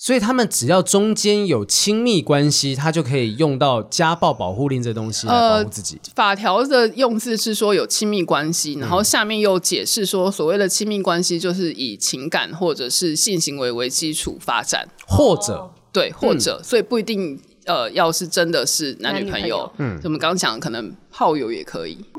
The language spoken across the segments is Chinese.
所以他们只要中间有亲密关系，他就可以用到家暴保护令这东西来保护自己。 法条的用字是说有亲密关系，然后下面又解释说所谓的亲密关系就是以情感或者是性行为为基础发展， 或者对，或者，所以不一定要是真的是男女朋友，我们刚刚讲的可能炮友也可以。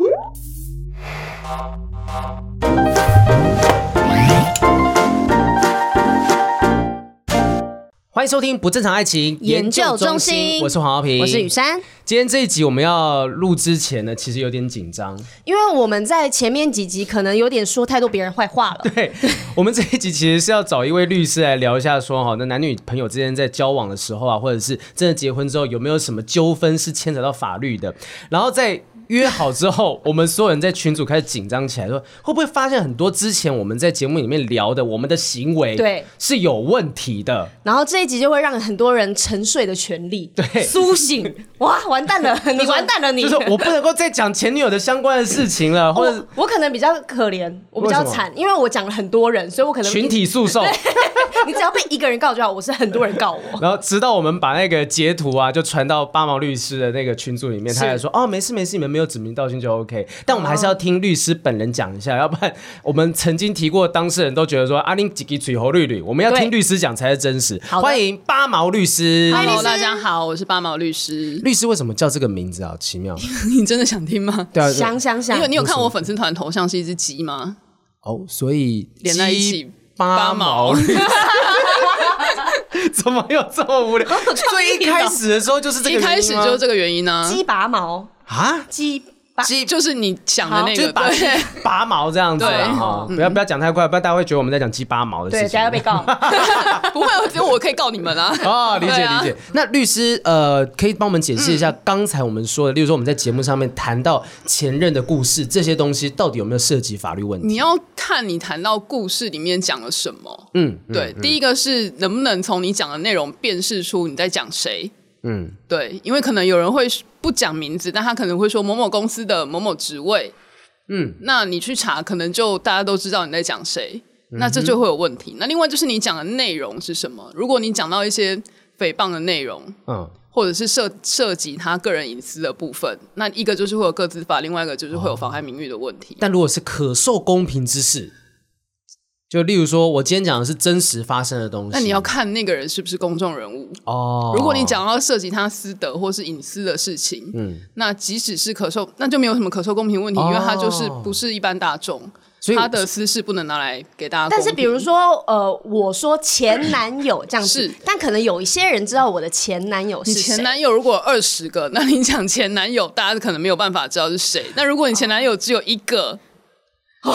欢迎收听不正常爱情研究中心， 我是黄浩平， 我是雨珊。 今天这一集我们要录之前呢，其实有点紧张， 因为我们在前面几集可能有点说太多别人坏话了。 对，我们这一集其实是要找一位律师来聊一下说，那男女朋友之间在交往的时候啊，或者是真的结婚之后，有没有什么纠纷是牵扯到法律的？然后在约好之后，我们所有人在群组开始紧张起来，说会不会发现很多之前我们在节目里面聊的，我们的行为对是有问题的。 然后这一集就会让很多人沉睡的权利对苏醒，哇，完蛋了，你完蛋了，你就是我不能够再讲前女友的相关的事情了，或者我可能比较可怜，我比较惨，因为我讲了很多人，所以我可能群体诉讼。 你只要被一个人告就好，我是很多人告我。 然后直到我们把那个截图啊，就传到八毛律师的那个群组里面，他还说没事没事，你们没有指名道姓就 OK。但我们还是要听律师本人讲一下，要不然我们曾经提过，当事人都觉得说你几个嘴猴绿绿，我们要听律师讲才是真实。欢迎八毛律师。 Hello， 大家好，我是八毛律师。 律师为什么叫这个名字啊？奇妙。 你真的想听吗？ 对啊， 想。 你有看我粉丝团头像是一只鸡吗？ 所以连在一起八毛律师。怎么有这么无聊？最一开始的时候就是这个原因吗？ 一开始就是这个原因呢。 鸡拔毛啊， 鸡就是你想的那个， 就是把鸡拔毛这样子啊。不要讲太快，不然大家会觉得我们在讲鸡拔毛的事情。 对，大家被告。 不会，只有我可以告你们啊。 理解。那律师可以帮我们解释一下刚才我们说的，例如说我们在节目上面谈到前任的故事，这些东西到底有没有涉及法律问题？ 你要看你谈到故事里面讲了什么。对，第一个是能不能从你讲的内容辨识出你在讲谁。对，因为可能有人会不讲名字，但他可能会说某某公司的某某职位。那你去查，可能就大家都知道你在讲谁。那这就会有问题。那另外就是你讲的内容是什么？如果你讲到一些诽谤的内容，或者是涉及他个人隐私的部分，那一个就是会有个资法，另外一个就是会有妨害名誉的问题。 但如果是可受公平之事，就例如说我今天讲的是真实发生的东西， 那你要看那个人是不是公众人物。如果你讲到涉及他私德或是隐私的事情，那即使是可受，那就没有什么可受公平问题，因为他就是不是一般大众。所以他的私事不能拿来给大家公平。 但是比如说我说前男友这样子，但可能有一些人知道我的前男友是谁。 你前男友如果有20个，那你讲前男友，大家可能没有办法知道是谁。那如果你前男友只有1个， 你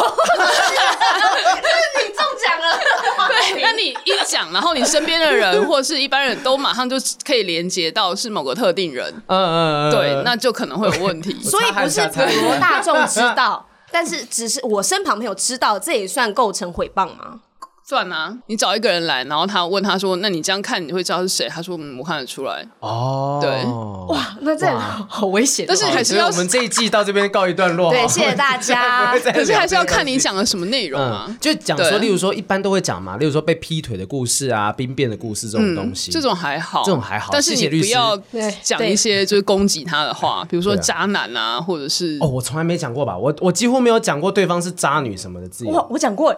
中奖了。 对，那你一讲，然后你身边的人或是一般人都马上就可以连接到是某个特定人。对，那就可能会有问题。 所以不是普罗大众知道。但是只是我身旁朋友知道，这也算构成诽谤吗？ 算啊，你找一个人来，然后他问他说：“那你这样看你会知道是谁？”他说：“我看得出来。”对， 哇，那这好危险。 但是还是要我们这一季到这边告一段落。 对，谢谢大家。 可是还是要看你讲了什么内容啊。 就讲说，例如说一般都会讲嘛，例如说被劈腿的故事啊、兵变的故事这种东西， 这种还好，但是你不要讲一些就是攻击他的话，比如说渣男啊，或者是我从来没讲过吧？我几乎没有讲过对方是渣女什么的字眼。 我讲过。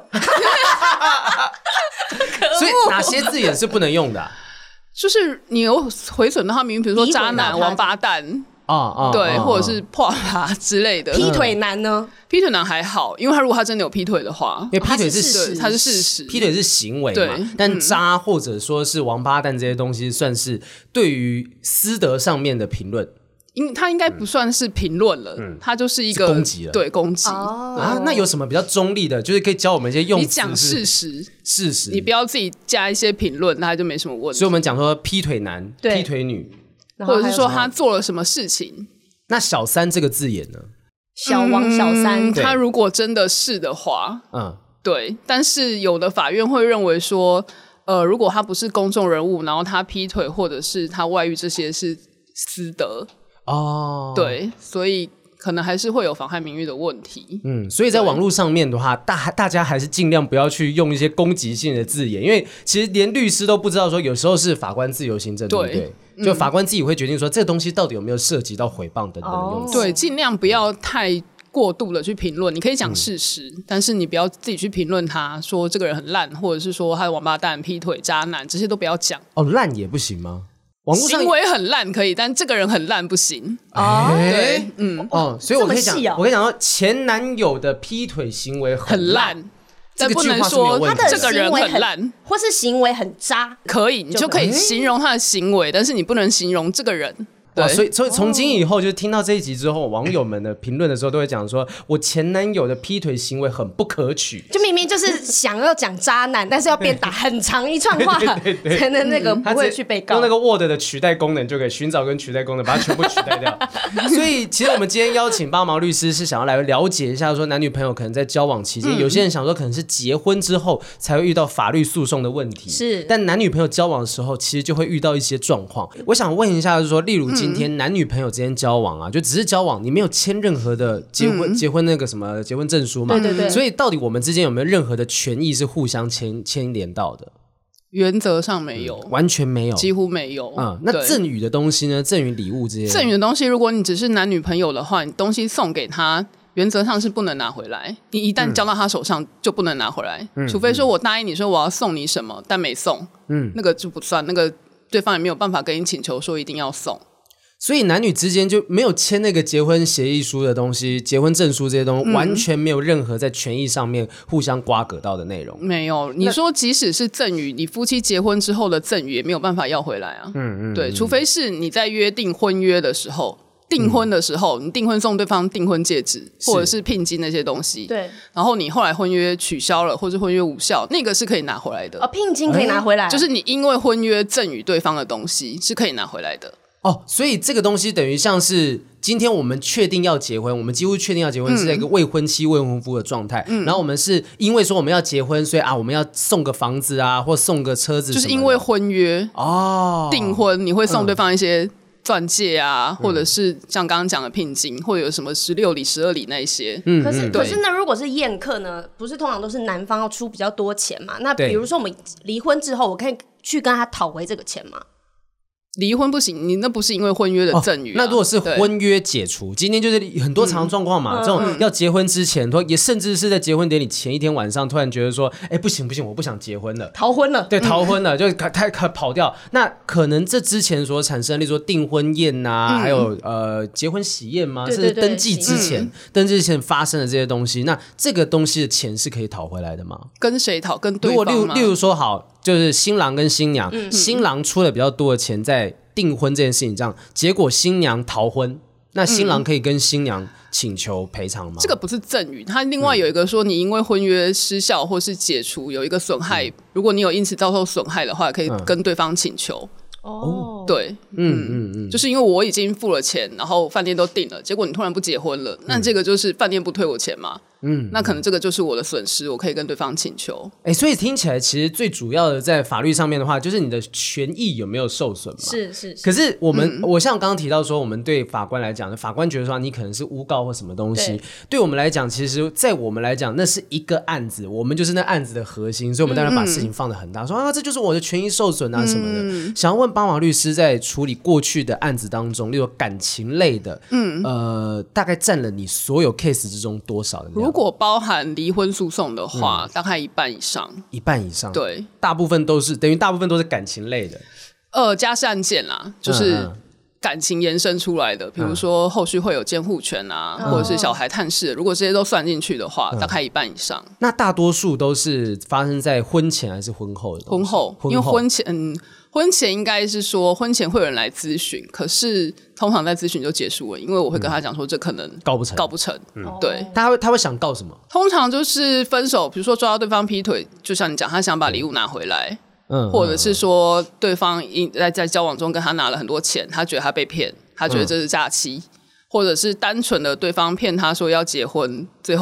所以哪些字眼是不能用的？ 就是你有毁损到他名誉，比如说渣男、王八蛋对，或者是破啦之类的。 劈腿男呢？ 劈腿男还好，因为如果他真的有劈腿的话， 因为劈腿是他是事实， 劈腿是行为嘛。但渣或者说是王八蛋这些东西，算是对于私德上面的评论。 他应该不算是评论了，他就是一个攻击了， 对，攻击那有什么比较中立的？就是可以教我们一些用词。 你讲事实， 你不要自己加一些评论，那就没什么问题。 所以我们讲说劈腿男、劈腿女， 或者是说他做了什么事情。 那小三这个字眼呢？ 小王、小三， 他如果真的是的话，对。但是有的法院会认为说，如果他不是公众人物，然后他劈腿或者是他外遇，这些是私德。对，所以可能还是会有妨害名誉的问题。 所以在网络上面的话，大家还是尽量不要去用一些攻击性的字眼，因为其实连律师都不知道说，有时候是法官自由行政，对不对？就法官自己会决定说，这个东西到底有没有涉及到诽谤等等的用词。 对，尽量不要太过度的去评论，你可以讲事实，但是你不要自己去评论他，说这个人很烂，或者是说他的王八蛋、劈腿、渣男，这些都不要讲。 烂也不行吗？网络上行为很烂可以，但这个人很烂不行。 对，所以我可以讲， 哦、 我跟你讲说，前男友的劈腿行为很烂。 但不能说他的这个人很烂， 或是行为很渣， 可以，你就可以形容他的行为，但是你不能形容这个人。对， 所以从今以后，就听到这一集之后，网友们的评论的时候都会讲说，我前男友的劈腿行为很不可取。 就明明就是想要讲渣男，但是要变打很长一串话，才能那个不会去被告。 用那个 Word 的取代功能就可以寻找跟取代功能，把它全部取代掉。所以其实我们今天邀请八毛律师是想要来了解一下，说男女朋友可能在交往期间，有些人想说可能是结婚之后才会遇到法律诉讼的问题， 是， 但男女朋友交往的时候，其实就会遇到一些状况。我想问一下，就是说，例如今天男女朋友之间交往啊，就只是交往，你没有签任何的结婚那个什么结婚证书嘛？ 对。 所以到底我们之间有没有任何的权益是互相牵连到的？ 原则上没有， 完全没有， 几乎没有。 那赠予的东西呢？赠予礼物这些， 赠予的东西，如果你只是男女朋友的话，你东西送给他，原则上是不能拿回来。你一旦交到他手上，就不能拿回来，除非说我答应你说我要送你什么，但没送，那个就不算，那个对方也没有办法跟你请求说一定要送。 所以男女之间就没有签那个结婚协议书的东西，结婚证书这些东西，完全没有任何在权益上面互相瓜葛到的内容。 没有，你说即使是赠与，你夫妻结婚之后的赠与也没有办法要回来啊。对，除非是你在约定婚约的时候。订婚的时候，你订婚送对方订婚戒指，或者是聘金那些东西， 对。 然后你后来婚约取消了，或是婚约无效，那个是可以拿回来的。 聘金可以拿回来， 就是你因为婚约赠与对方的东西是可以拿回来的。 所以这个东西等于像是今天我们确定要结婚，我们几乎确定要结婚是在一个未婚妻未婚夫的状态，然后我们是因为说我们要结婚，所以我们要送个房子啊，或送个车子什么的， 就是因为婚约订婚，你会送对方一些钻戒啊，或者是像刚刚讲的聘金，或者有什么16礼、12礼那一些。 可是那如果是宴客呢？不是通常都是男方要出比较多钱嘛？那比如说我们离婚之后，我可以去跟他讨回这个钱吗？ 离婚不行，你那不是因为婚约的赠与那如果是婚约解除，今天就是很多常状况嘛，这种要结婚之前，也甚至是在结婚典礼前一天晚上，突然觉得说，不行，我不想结婚了， 逃婚了， 对，逃婚了，就他跑掉。那可能这之前所产生，例如说订婚宴啊，还有结婚喜宴吗？是登记之前发生的这些东西，那这个东西的钱是可以讨回来的吗？ 跟谁讨？跟对方吗？ 如果例如说好。就是新郎跟新娘，新郎出了比较多的钱在订婚这件事情上，结果新娘逃婚，那新郎可以跟新娘请求赔偿吗？ 这个不是赠与，他另外有一个说，你因为婚约失效或是解除有一个损害，如果你有因此遭受损害的话，可以跟对方请求。对，就是因为我已经付了钱，然后饭店都订了，结果你突然不结婚了，那这个就是饭店不退我钱嘛？那可能这个就是我的损失，我可以跟对方请求。 所以听起来其实最主要的在法律上面的话，就是你的权益有没有受损嘛？ 是。可是我像刚刚提到说，我们对法官来讲，法官觉得说你可能是诬告或什么东西，对我们来讲，其实在我们来讲，那是一个案子，我们就是那案子的核心，所以我们当然把事情放得很大，说这就是我的权益受损啊什么的。想要问八毛律师，在处理过去的案子当中，例如感情类的，大概占了你所有 case 之中多少的量？ 如果包含离婚诉讼的话，大概一半以上。 一半以上， 对， 大部分都是感情类的。 家事案件啦，就是感情延伸出来的，比如说后续会有监护权啊，或者是小孩探视，如果这些都算进去的话，大概一半以上。 那大多数都是发生在婚前还是婚后的？ 婚后，因为婚前应该是说婚前会有人来咨询，可是通常在咨询就结束了，因为我会跟他讲说这可能告不成。对，他会想告什么？ 通常就是分手，比如说抓到对方劈腿，就像你讲，他想把礼物拿回来。或者是说对方在交往中跟他拿了很多钱，他觉得他被骗，他觉得这是诈欺，或者是单纯的对方骗他说要结婚，最后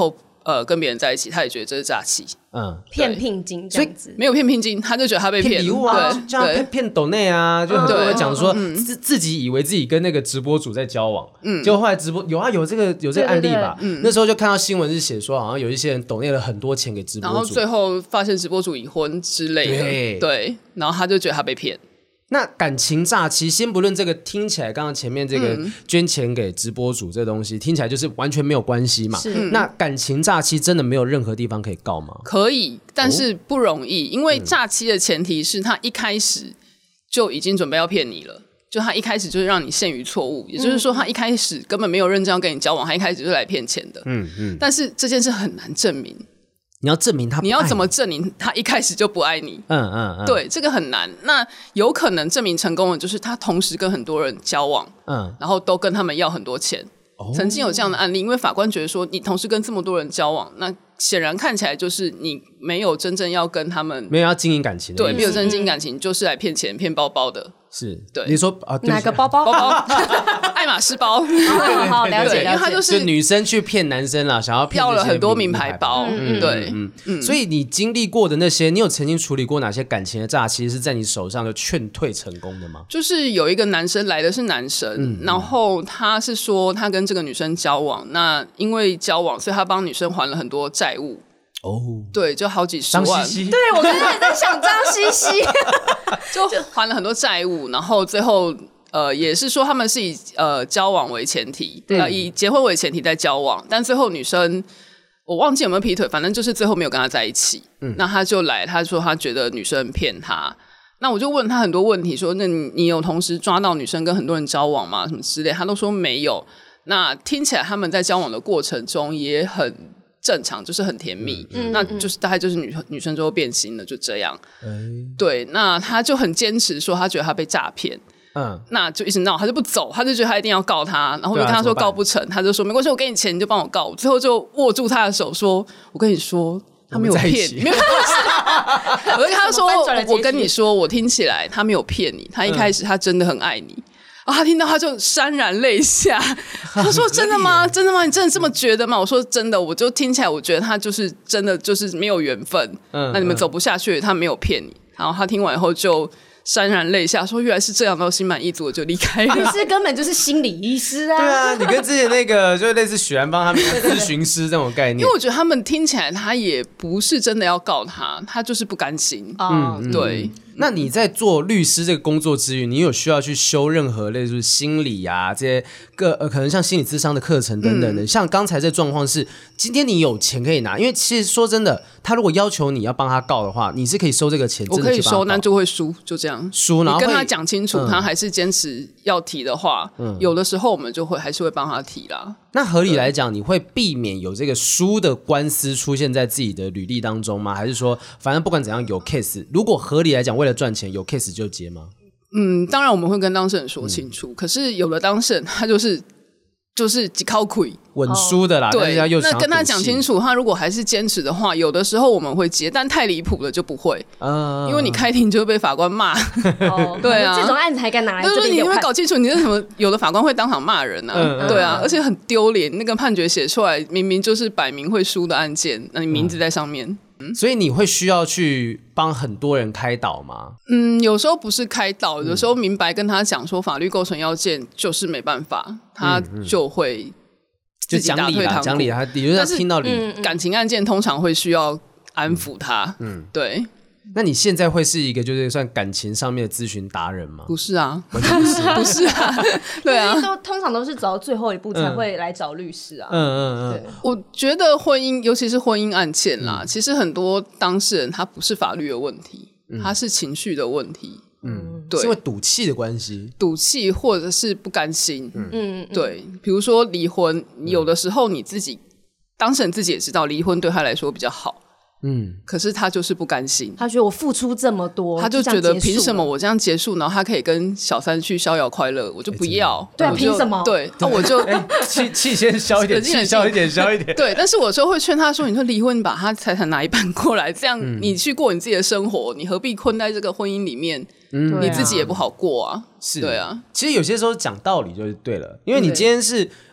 跟别人在一起，他也觉得这是诈欺。 骗聘金这样子， 没有骗聘金，他就觉得他被骗礼物啊， 对， 这样骗抖内啊，就很多人讲说自己以为自己跟那个直播主在交往，结果后来直播有这个案例吧，那时候就看到新闻是写说好像有一些人抖内了很多钱给直播主， 然后最后发现直播主已婚之类的，对，然后他就觉得他被骗。 那感情诈欺，先不论这个听起来，刚刚前面这个捐钱给直播主这东西，听起来就是完全没有关系嘛。那感情诈欺真的没有任何地方可以告吗？ 可以，但是不容易，因为诈欺的前提是他一开始就已经准备要骗你了，就他一开始就是让你陷于错误，也就是说他一开始根本没有认真要跟你交往，他一开始就是来骗钱的。但是这件事很难证明。 你要证明他不爱你， 你要怎么证明他一开始就不爱你？对，这个很难。那有可能证明成功的就是他同时跟很多人交往，然后都跟他们要很多钱。曾经有这样的案例，因为法官觉得说你同时跟这么多人交往，那显然看起来就是你没有真正要跟他们， 没有要经营感情的， 对，没有真正经营感情，就是来骗钱、骗包包的。 是， 对， 你说哪个包包？ 爱马仕包， 好了解， 因为他就是女生去骗男生啦，想要骗要了很多名牌包，对， 所以你经历过的那些，你有曾经处理过哪些感情的诈欺是在你手上就劝退成功的吗？ 就是有一个男生来的是男生，然后他是说他跟这个女生交往，那因为交往，所以他帮女生还了很多债务。对，就好几十万。 张西西， 对我刚才也在想张西西， 就还了很多债务，然后最后也是说他们是以交往为前提，以结婚为前提在交往，但最后女生我忘记有没有劈腿，反正就是最后没有跟他在一起。那他就来，他说他觉得女生骗他。那我就问他很多问题，说那你有同时抓到女生跟很多人交往吗？什么之类，他都说没有。那听起来他们在交往的过程中也很正常，就是很甜蜜，那就是大概就是女生就会变心了，就这样。对，那他就很坚持说他觉得他被诈骗，那就一直闹，他就不走，他就觉得他一定要告他，然后我就跟他说告不成，他就说没关系，我给你钱，你就帮我告。我最后就握住他的手说，我跟你说他没有骗你，没有我就跟他说，我跟你说，我听起来他没有骗你，他一开始他真的很爱你。然后他听到他就潸然泪下，他说真的吗？真的吗？你真的这么觉得吗？我说真的，我就听起来我觉得他就是真的就是没有缘分，那你们走不下去，他没有骗你。然后他听完以后就潸然泪下，说原来是这样，然后心满意足，我就离开了。 律师根本就是心理医师啊！ 对啊，你跟之前那个就类似许安邦他们咨询师这种概念， 因为我觉得他们听起来他也不是真的要告他，他就是不甘心。对。 那你在做律师这个工作之余，你有需要去修任何类似心理啊这些可能像心理咨商的课程等等的？像刚才这状况是，今天你有钱可以拿，因为其实说真的，他如果要求你要帮他告的话，你是可以收这个钱， 我可以收，那就会输，就这样输，然后你跟他讲清楚，他还是坚持要提的话，有的时候我们就会还是会帮他提啦。 那合理来讲，你会避免有这个输的官司出现在自己的履历当中吗？还是说，反正不管怎样有 case， 如果合理来讲，为了赚钱有 case 就接吗？ 当然我们会跟当事人说清楚。可是有的当事人他就是几靠亏稳输的啦， 对， 但是那跟他讲清楚，他如果还是坚持的话，有的时候我们会接，但太离谱了就不会，因为你开庭就会被法官骂。对啊， 这种案子还敢拿来这边？ 你有没有搞清楚？你为什么有的法官会当场骂人啊？对啊，而且很丢脸，那个判决写出来明明就是摆明会输的案件，那你名字在上面。 所以你会需要去帮很多人开导吗？ 有时候不是开导，有时候明白跟他讲说法律构成要件就是没办法，他就会自己打退堂鼓。 讲理他理论上听到理。 感情案件通常会需要安抚他。对。 那你现在会是一个就是算感情上面的咨询达人吗？ 不是啊，完全不是，不是啊，对啊， 通常都是走到最后一步才会来找律师啊。对， 我觉得婚姻，尤其是婚姻案件啦，其实很多当事人他不是法律的问题，他是情绪的问题。对， 是因为赌气的关系， 赌气或者是不甘心。对，比如说离婚，有的时候你自己当事人自己也知道，离婚对他来说比较好。可是他就是不甘心， 他觉得我付出这么多， 他就觉得凭什么我这样结束，然后他可以跟小三去逍遥快乐，我就不要。 对啊，凭什么？ 对，那我就气先消一点，气消一点，消一点。 对，但是我就会劝他说：“你说离婚，你把他财产拿一半过来，这样你去过你自己的生活，你何必困在这个婚姻里面？你自己也不好过啊。” 是， 对啊。 其实有些时候讲道理就是对了，因为你今天是。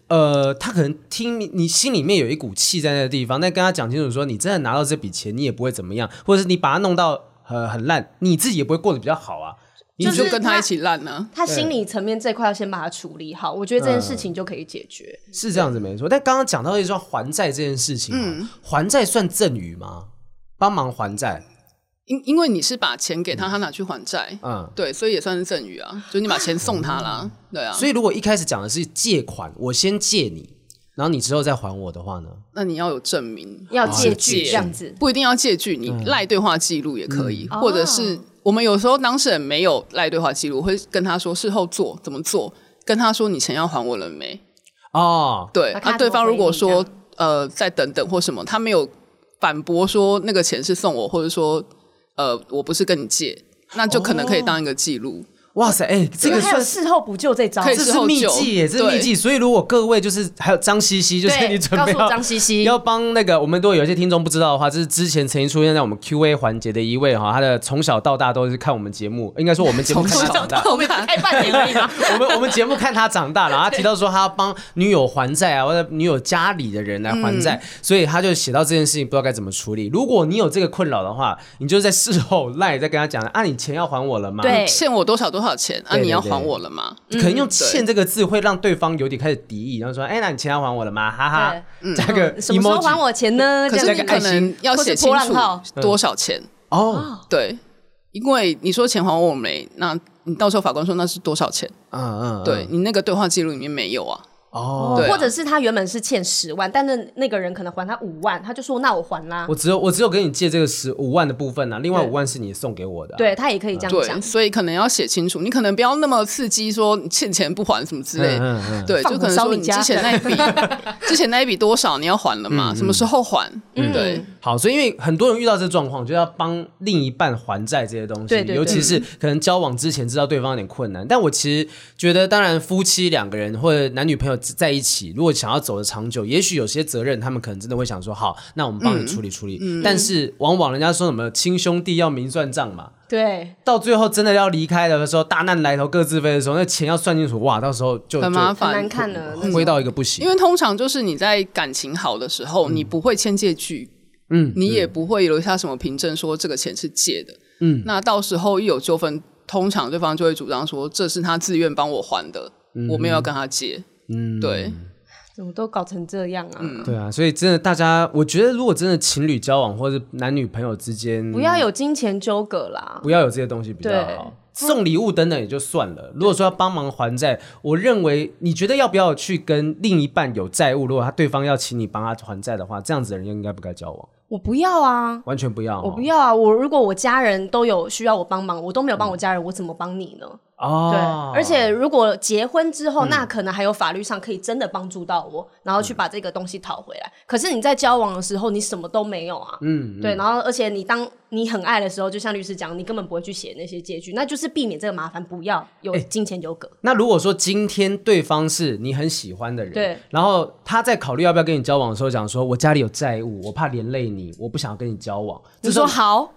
他可能听你心里面有一股气在那个地方，但跟他讲清楚说，你真的拿到这笔钱，你也不会怎么样，或者是你把它弄到很烂，你自己也不会过得比较好啊。 你就跟他一起烂呢、 他心理层面这块要先把它处理好，我觉得这件事情就可以解决。 是这样子没错。但刚刚讲到一说还债这件事情，还债算赠与吗？帮忙还债？ 因为你是把钱给他，他拿去还债，对，所以也算是赠与啊，就是你把钱送他啦，对啊。 所以如果一开始讲的是借款，我先借你，然后你之后再还我的话呢？ 那你要有证明， 要借据这样子， 不一定要借据，你赖对话记录也可以，或者是我们有时候当事人没有赖对话记录，我会跟他说事后怎么做，跟他说你钱要还我了没？哦，对，对方如果说再等等或什么，他没有反驳说那个钱是送我，或者说我不是跟你借，那就可能可以当一个记录。 哇塞，这个还有事后补救这招， 这是秘技耶，这是秘技。所以如果各位就是还有张西西，就是你准备张西西要帮那个，我们都有一些听众不知道的话，这是之前曾经出现在我们 Q&A 环节的一位哈，他的从小到大都是看我们节目，应该说我们节目看他长大， 我们开半年而已嘛。 我们节目看他长大，然后他提到说他要帮女友还债啊，或者女友家里的人来还债，所以他就写到这件事情不知道该怎么处理。如果你有这个困扰的话，你就在事后赖再跟他讲啊，你钱要还我了吗？ 对，欠我多少多少钱啊？你要还我了吗？ 可能用欠这个字会让对方有点开始敌意，然后说那你钱要还我了吗？哈哈，加个 emoji， 什么时候还我钱呢？ 可是你可能要写清楚多少钱哦。对，因为你说钱还我没，那你到时候法官说那是多少钱？对你那个对话记录里面没有啊。 对，或者是他原本是欠10万，但那个人可能还他5万，他就说那我还啦。 我只有跟你借这个15万的部分啊，另外5万是你送给我的。 对，他也可以这样讲。 所以可能要写清楚，你可能不要那么刺激，说你欠钱不还什么之类。对，就可能说你之前那一笔多少你要还了嘛？什么时候还？对。 好，所以因为很多人遇到这状况，就要帮另一半还债这些东西， 对， 尤其是可能交往之前知道对方有点困难。但我其实觉得，当然夫妻2个人或者男女朋友在一起，如果想要走得长久，也许有些责任他们可能真的会想说，好，那我们帮你处理处理。但是往往人家说什么亲兄弟要明算账嘛， 对， 到最后真的要离开的时候，大难来头各自飞的时候，那钱要算清楚，哇，到时候就很麻烦， 很难看了， 灰到一个不行。 因为通常就是你在感情好的时候，你不会签借据。你也不会留下什么凭证说这个钱是借的，那到时候一有纠纷，通常对方就会主张说这是他自愿帮我还的，我没有要跟他借，对， 怎么都搞成这样啊？ 对啊，所以真的大家，我觉得如果真的情侣交往或者男女朋友之间， 不要有金钱纠葛啦， 不要有这些东西比较好。送礼物等等也就算了，如果说要帮忙还债，我认为你觉得要不要去跟另一半有债务，如果对方要请你帮他还债的话，这样子的人应该不该交往。 我不要啊， 完全不要， 我不要啊！如果我家人都有需要我帮忙，我都没有帮我家人，我怎么帮你呢？对，而且如果结婚之后，那可能还有法律上可以真的帮助到我，然后去把这个东西讨回来。可是你在交往的时候，你什么都没有啊，对，然后而且当你很爱的时候，就像律师讲，你根本不会去写那些借据，那就是避免这个麻烦，不要有金钱纠葛。 那如果说今天对方是你很喜欢的人， 对， 然后他在考虑要不要跟你交往的时候讲说，我家里有债务，我怕连累你，我不想要跟你交往， 你说好。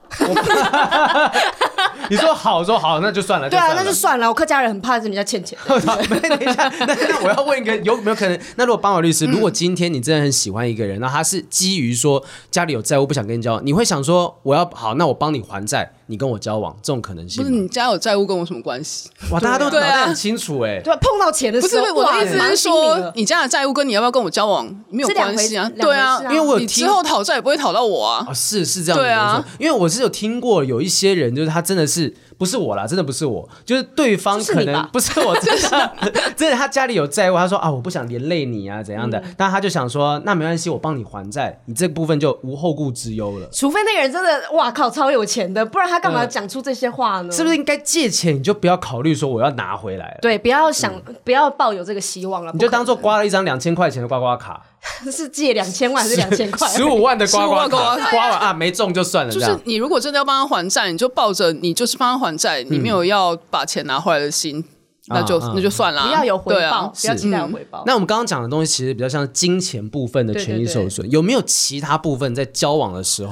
你说好，说好，那就算了。 对啊，那就算了。我客家人很怕人家欠钱。 等一下，那我要问一个，有没有可能？那如果帮我律师，如果今天你真的很喜欢一个人，然后他是基于说家里有债务不想跟你交往，你会想说我要好，那我帮你还债，你跟我交往，这种可能性吗？ 不是你家有债务跟我什么关系？ 哇，大家都脑袋很清楚哎。 对，碰到钱的时候， 不是我的意思是说，你家的债务跟你要不要跟我交往没有关系啊。对啊， 因为我你之后讨债也不会讨到我啊。 是这样子。对啊，因为我是有听过有一些人，就是他真的是。不是我啦，真的不是我，就是对方可能不是我，真的他家里有债务，他说啊我不想连累你啊怎样的，但他就想说那没关系，我帮你还债，你这部分就无后顾之忧了。 除非那个人真的哇靠超有钱的，不然他干嘛讲出这些话呢？ 是不是应该借钱你就不要考虑说我要拿回来了？ 对，不要想，不要抱有这个希望了， 你就当做刮了一张2000块钱的刮刮卡。 是借2000万还是2000块 ？15万的刮刮卡，刮完啊没中就算了。 就是你如果真的要帮他还债，你就抱着你就是帮他还债，你没有要把钱拿回来的心，那就算了。 不要有回报，不要期待有回报。 那我们刚刚讲的东西其实比较像金钱部分的权益受损，有没有其他部分在交往的时候？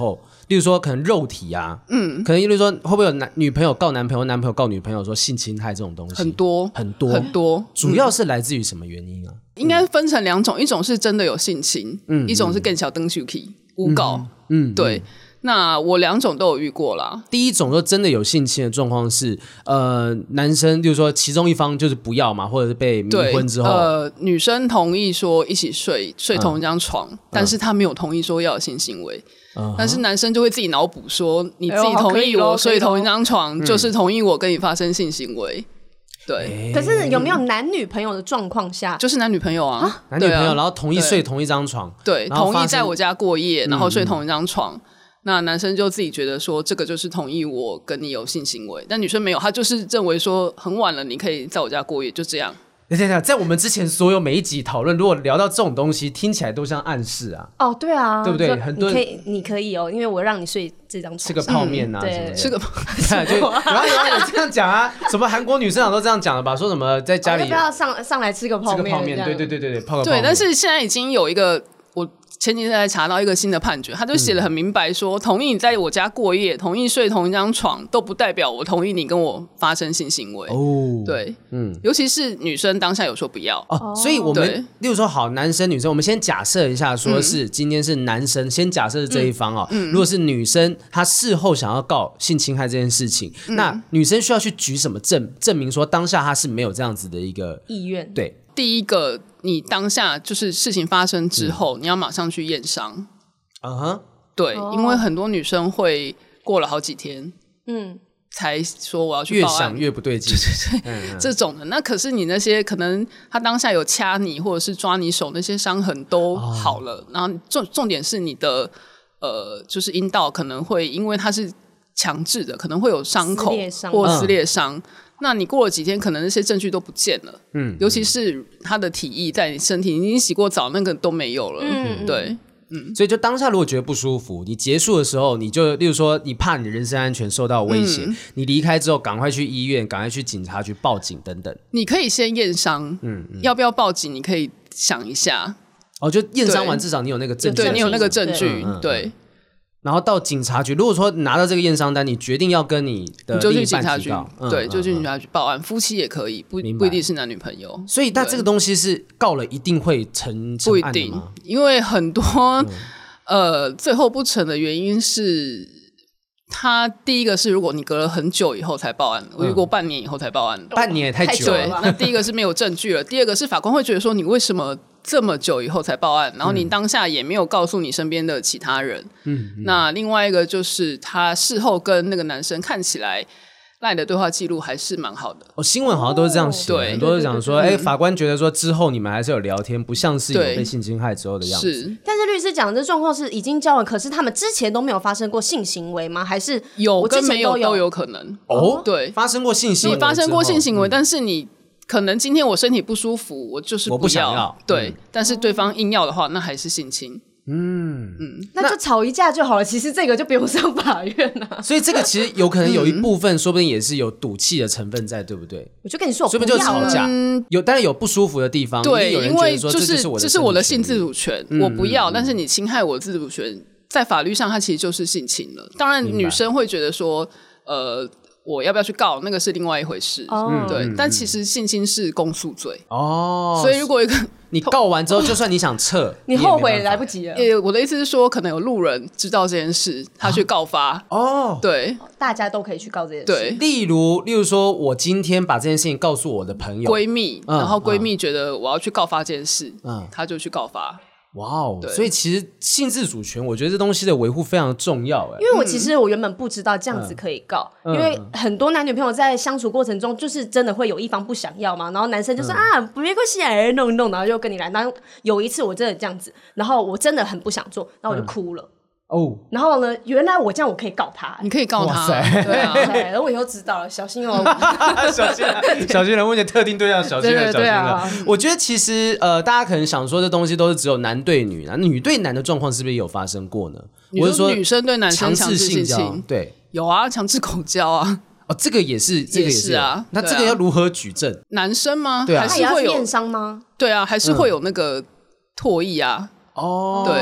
例如说可能肉体啊，可能例如说会不会有女朋友告男朋友，男朋友告女朋友说性侵害这种东西？ 很多， 主要是来自于什么原因啊？ 应该分成2种，一种是真的有性侵，一种是更小登手机诬告，对。那我2种都有遇过啦。 第一种说真的有性侵的状况是，男生就是说其中一方就是不要嘛，或者是被迷婚之后， 女生同意说一起睡同一张床，但是他没有同意说要有性行为。但是男生就会自己脑补说，你自己同意我睡同一张床，就是同意我跟你发生性行为。对， 可是有没有男女朋友的状况下， 就是男女朋友啊， 男女朋友，然后同意睡同一张床， 对，同意在我家过夜，然后睡同一张床。那男生就自己觉得说，这个就是同意我跟你有性行为，但女生没有，她就是认为说很晚了，你可以在我家过夜，就这样。 在我们之前所有每一集讨论，如果聊到这种东西，听起来都像暗示啊。 哦，对啊， 对不对？很多你可以哦，因为我让你睡这张床， 吃个泡面啊， 对， 吃个就有这样讲啊，什么韩国女生都这样讲的吧？说什么在家里要不要上来吃个泡面？ 对，泡个泡面。 对，但是现在已经有一个我。前几天才查到一个新的判决，他就写得很明白说，同意你在我家过夜，同意睡同一张床，都不代表我同意你跟我发生性行为。哦，对，尤其是女生当下有说不要哦，所以我们例如说好男生女生，我们先假设一下，说是今天是男生，先假设是这一方哦，如果是女生，她事后想要告性侵害这件事情，那女生需要去举什么证明说当下她是没有这样子的一个意愿？ 对， 第一个。你当下就是事情发生之后，你要马上去验伤。对，因为很多女生会过了好几天，才说我要去报案， 越想越不对劲， 这种的。那可是你那些可能他当下有掐你或者是抓你手那些伤痕都好了，然后重点是你的就是阴道可能会因为它是强制的，可能会有伤口或撕裂伤。那你过了几天，可能那些证据都不见了。尤其是他的体液在你身体，你已经洗过澡，那个都没有了。对， 所以就当下如果觉得不舒服，你结束的时候，你就例如说你怕你的人身安全受到威胁，你离开之后赶快去医院，赶快去警察局报警等等。 你可以先验伤，要不要报警？你可以想一下。 哦，就验伤完至少你有那个证据， 对你有那个证据，对。 然后到警察局，如果说拿到这个验伤单，你决定要跟你的另一半提告， 对，就去警察局报案。夫妻也可以，不一定是男女朋友。 所以，但这个东西是告了一定会成案的吗？ 不一定，因为很多最后不成的原因是，他第一个是如果你隔了很久以后才报案，我遇过半年以后才报案， 半年也太久了。 对，那第一个是没有证据了，第二个是法官会觉得说你为什么这么久以后才报案，然后你当下也没有告诉你身边的其他人。那另外一个就是他事后跟那个男生看起来LINE的对话记录还是蛮好的。 新闻好像都是这样写，很多都讲说，法官觉得说之后你们还是有聊天，不像是有被性侵害之后的样子。 但是律师讲的这状况是已经交往，可是他们之前都没有发生过性行为吗？还是有跟没有都有可能？对， 发生过性行为， 你发生过性行为，但是你可能今天我身体不舒服，我就是不想要， 对，但是对方硬要的话，那还是性侵。 那就吵一架就好了。其实这个就不用上法院了。 所以这个其实有可能有一部分，说不定也是有赌气的成分在，对不对？ 我就跟你说， 所以就吵架，当然有不舒服的地方。 对，因为这是我的性自主权，我不要，但是你侵害我的自主权，在法律上它其实就是性侵了。当然，女生会觉得说，我要不要去告？那个是另外一回事。对，但其实性侵是公诉罪。所以如果一个你告完之后，就算你想撤， 你后悔来不及了。 我的意思是说，可能有路人知道这件事，他去告发。对， 大家都可以去告这件事。 对， 例如说，我今天把这件事情告诉我的朋友、 闺蜜，然后闺蜜觉得我要去告发这件事，她就去告发。 哇哦！所以其实性自主权，我觉得这东西的维护非常重要。 因为其实我原本不知道这样子可以告，因为很多男女朋友在相处过程中，就是真的会有一方不想要嘛，然后男生就说没关系，弄一弄，然后就跟你来。然后有一次我真的这样子，然后我真的很不想做，然后我就哭了。然后呢？原来我这样我可以告他， 你可以告他，对啊。 然后我以后知道了，小心哦， 小心人问些特定对象，小心了，小心了。我觉得其实大家可能想说这东西都是只有男对女啊，女对男的状况是不是也有发生过呢？ 我是说女生对男生强制性侵， 对， 有啊，强制口交啊。 这个也是啊。那这个要如何举证？ 男生吗？ 对啊， 还是会有验伤吗？ 对啊，还是会有那个唾液啊。 对。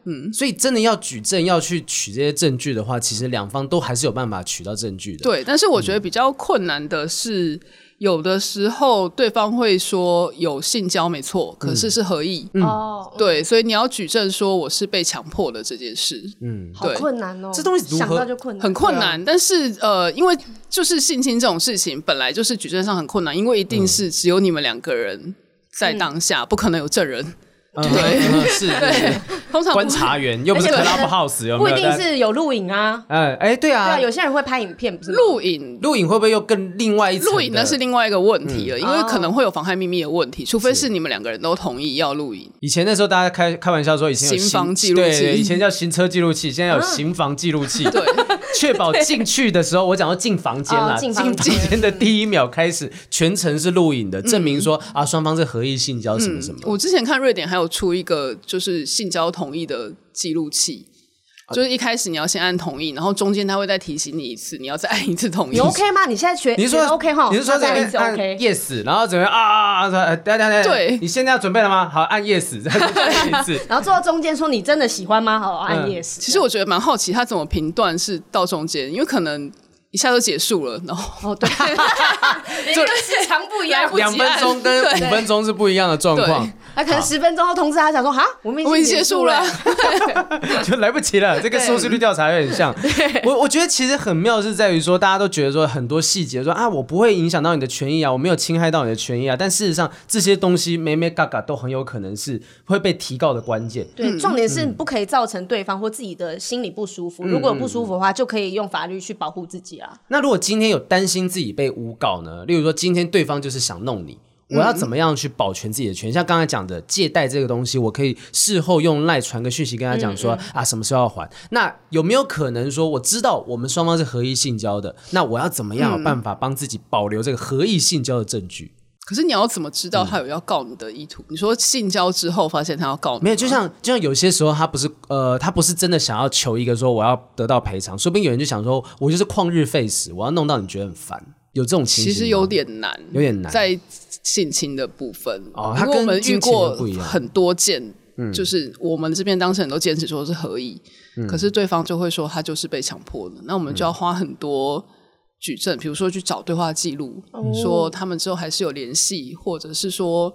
所以真的要举证要去取这些证据的话，其实两方都还是有办法取到证据的。 对，但是我觉得比较困难的是，有的时候对方会说有性交没错，可是是合意。对，所以你要举证说我是被强迫的这件事。 好困难哦， 这东西想到就困难， 很困难。但是因为就是性侵这种事情本来就是举证上很困难，因为一定是只有你们2个人在当下，不可能有证人。 对，是， 对，通常观察员又不是 Clubhouse， 有没有？ 不一定是有录影啊。 对啊， 有些人会拍影片，不是录影会不会又更另外一层？ 录影那是另外一个问题了，因为可能会有妨害秘密的问题，除非是你们2个人都同意要录影。 以前那时候大家开玩笑说，以前有行房记录器， 对，以前叫行车记录器，现在有行房记录器， 对， 确保进去的时候，我讲到进房间啦，进房间的第1秒开始，全程是录影的，证明说双方是合意性交什么什么。 我之前看瑞典还有出一个就是性交同意的记录器。就是一开始你要先按同意，然后中间他会再提醒你一次，你要再按一次同意。 你 OK 吗？你现在学， 你说 OK 哈？ 你是说在按 yes， 然后怎么样对，你现在要准备了吗？好，按 yes， 再按一次。 然后做到中间说你真的喜欢吗？好，按 yes。 其实我觉得蛮好奇他怎么评断是到中间，因为可能一下就结束了，然后对，每个时长不一样 ，2分钟跟5分钟是不一样的状况。 他可能10分钟后通知他，想说哈，我们已经结束了， 就来不及了。这个收视率调查有点像。我觉得其实很妙是在于说，大家都觉得说很多细节说我不会影响到你的权益啊，我没有侵害到你的权益啊，但事实上这些东西眉眉角角都很有可能是会被提告的关键。 对，重点是不可以造成对方或自己的心理不舒服。如果有不舒服的话，就可以用法律去保护自己啊。 那如果今天有担心自己被诬告呢？例如说今天对方就是想弄你。我要怎么样去保全自己的权益？像刚才讲的借贷这个东西，我可以事后用赖传个讯息跟他讲说什么时候要还。那有没有可能说我知道我们双方是合意性交的，那我要怎么样有办法帮自己保留这个合意性交的证据？ 可是你要怎么知道他有要告你的意图？你说性交之后发现他要告你， 没有？就像有些时候他不是真的想要求一个说我要得到赔偿，说不定有人就想说我就是旷日费时，我要弄到你觉得很烦。有这种情形吗？ 其实有点难，在性侵的部分因为我们遇过很多件，就是我们这边当事人都坚持说是合意，可是对方就会说他就是被强迫的，那我们就要花很多举证，比如说去找对话记录，说他们之后还是有联系，或者是说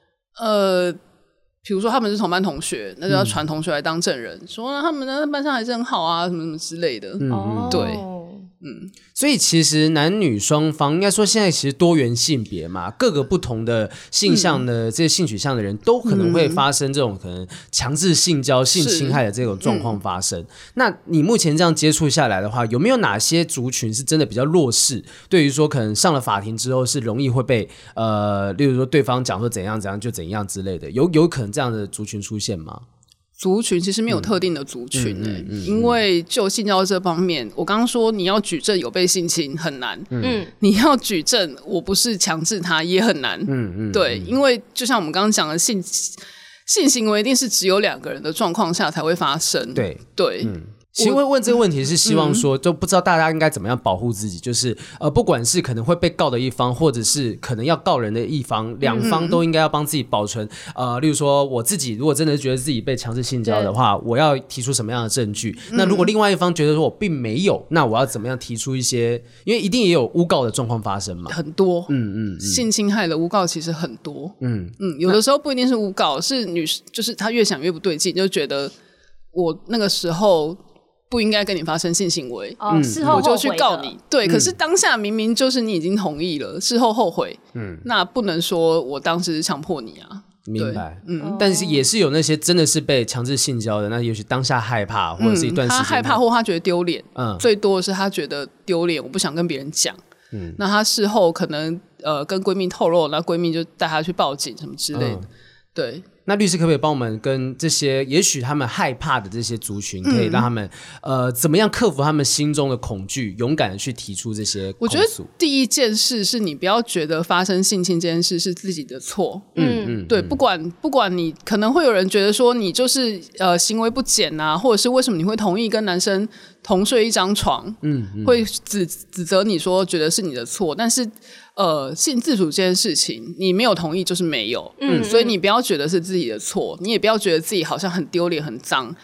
比如说他们是同班同学，那就要传同学来当证人，说他们在班上还是很好啊，什么什么之类的。对。 所以其实男女双方应该说现在其实多元性别嘛，各个不同的性向的这些性取向的人都可能会发生这种可能强制性交、性侵害的这种状况发生。那你目前这样接触下来的话，有没有哪些族群是真的比较弱势？对于说可能上了法庭之后是容易会被例如说对方讲说怎样怎样就怎样之类的，有可能这样的族群出现吗？ 族群其实没有特定的族群因为就性交这方面，我刚刚说你要举证有被性侵很难，你要举证我不是强制他也很难，对，因为就像我们刚刚讲的性行为一定是只有2个人的状况下才会发生，对。 其实问这个问题是希望说，就不知道大家应该怎么样保护自己，就是不管是可能会被告的一方，或者是可能要告人的一方，两方都应该要帮自己保存。例如说我自己如果真的觉得自己被强制性交的话，我要提出什么样的证据？那如果另外一方觉得说我并没有，那我要怎么样提出一些？因为一定也有诬告的状况发生嘛， 很多，性侵害的诬告其实很多，有的时候不一定是诬告，是就是他越想越不对劲，就觉得我那个时候不应该跟你发生性行为， 事后我就去告你。对，可是当下明明就是你已经同意了，事后后悔，那不能说我当时强迫你啊。 明白，但是也是有那些真的是被强制性交的，那也许当下害怕，或者是一段时间他害怕或他觉得丢脸，最多的是他觉得丢脸，我不想跟别人讲。那他事后可能跟闺蜜透露，那闺蜜就带他去报警什么之类的，对。 那律师可不可以帮我们跟这些也许他们害怕的这些族群，可以让他们怎么样克服他们心中的恐惧，勇敢的去提出这些控诉？ 我觉得第一件事是你不要觉得发生性侵这件事是自己的错，对，不管你可能会有人觉得说你就是行为不检啊，或者是为什么你会同意跟男生同睡一张床，会指责你说觉得是你的错，但是性自主这件事情你没有同意就是没有，所以你不要觉得是自己的错，你也不要觉得自己好像很丢脸很脏，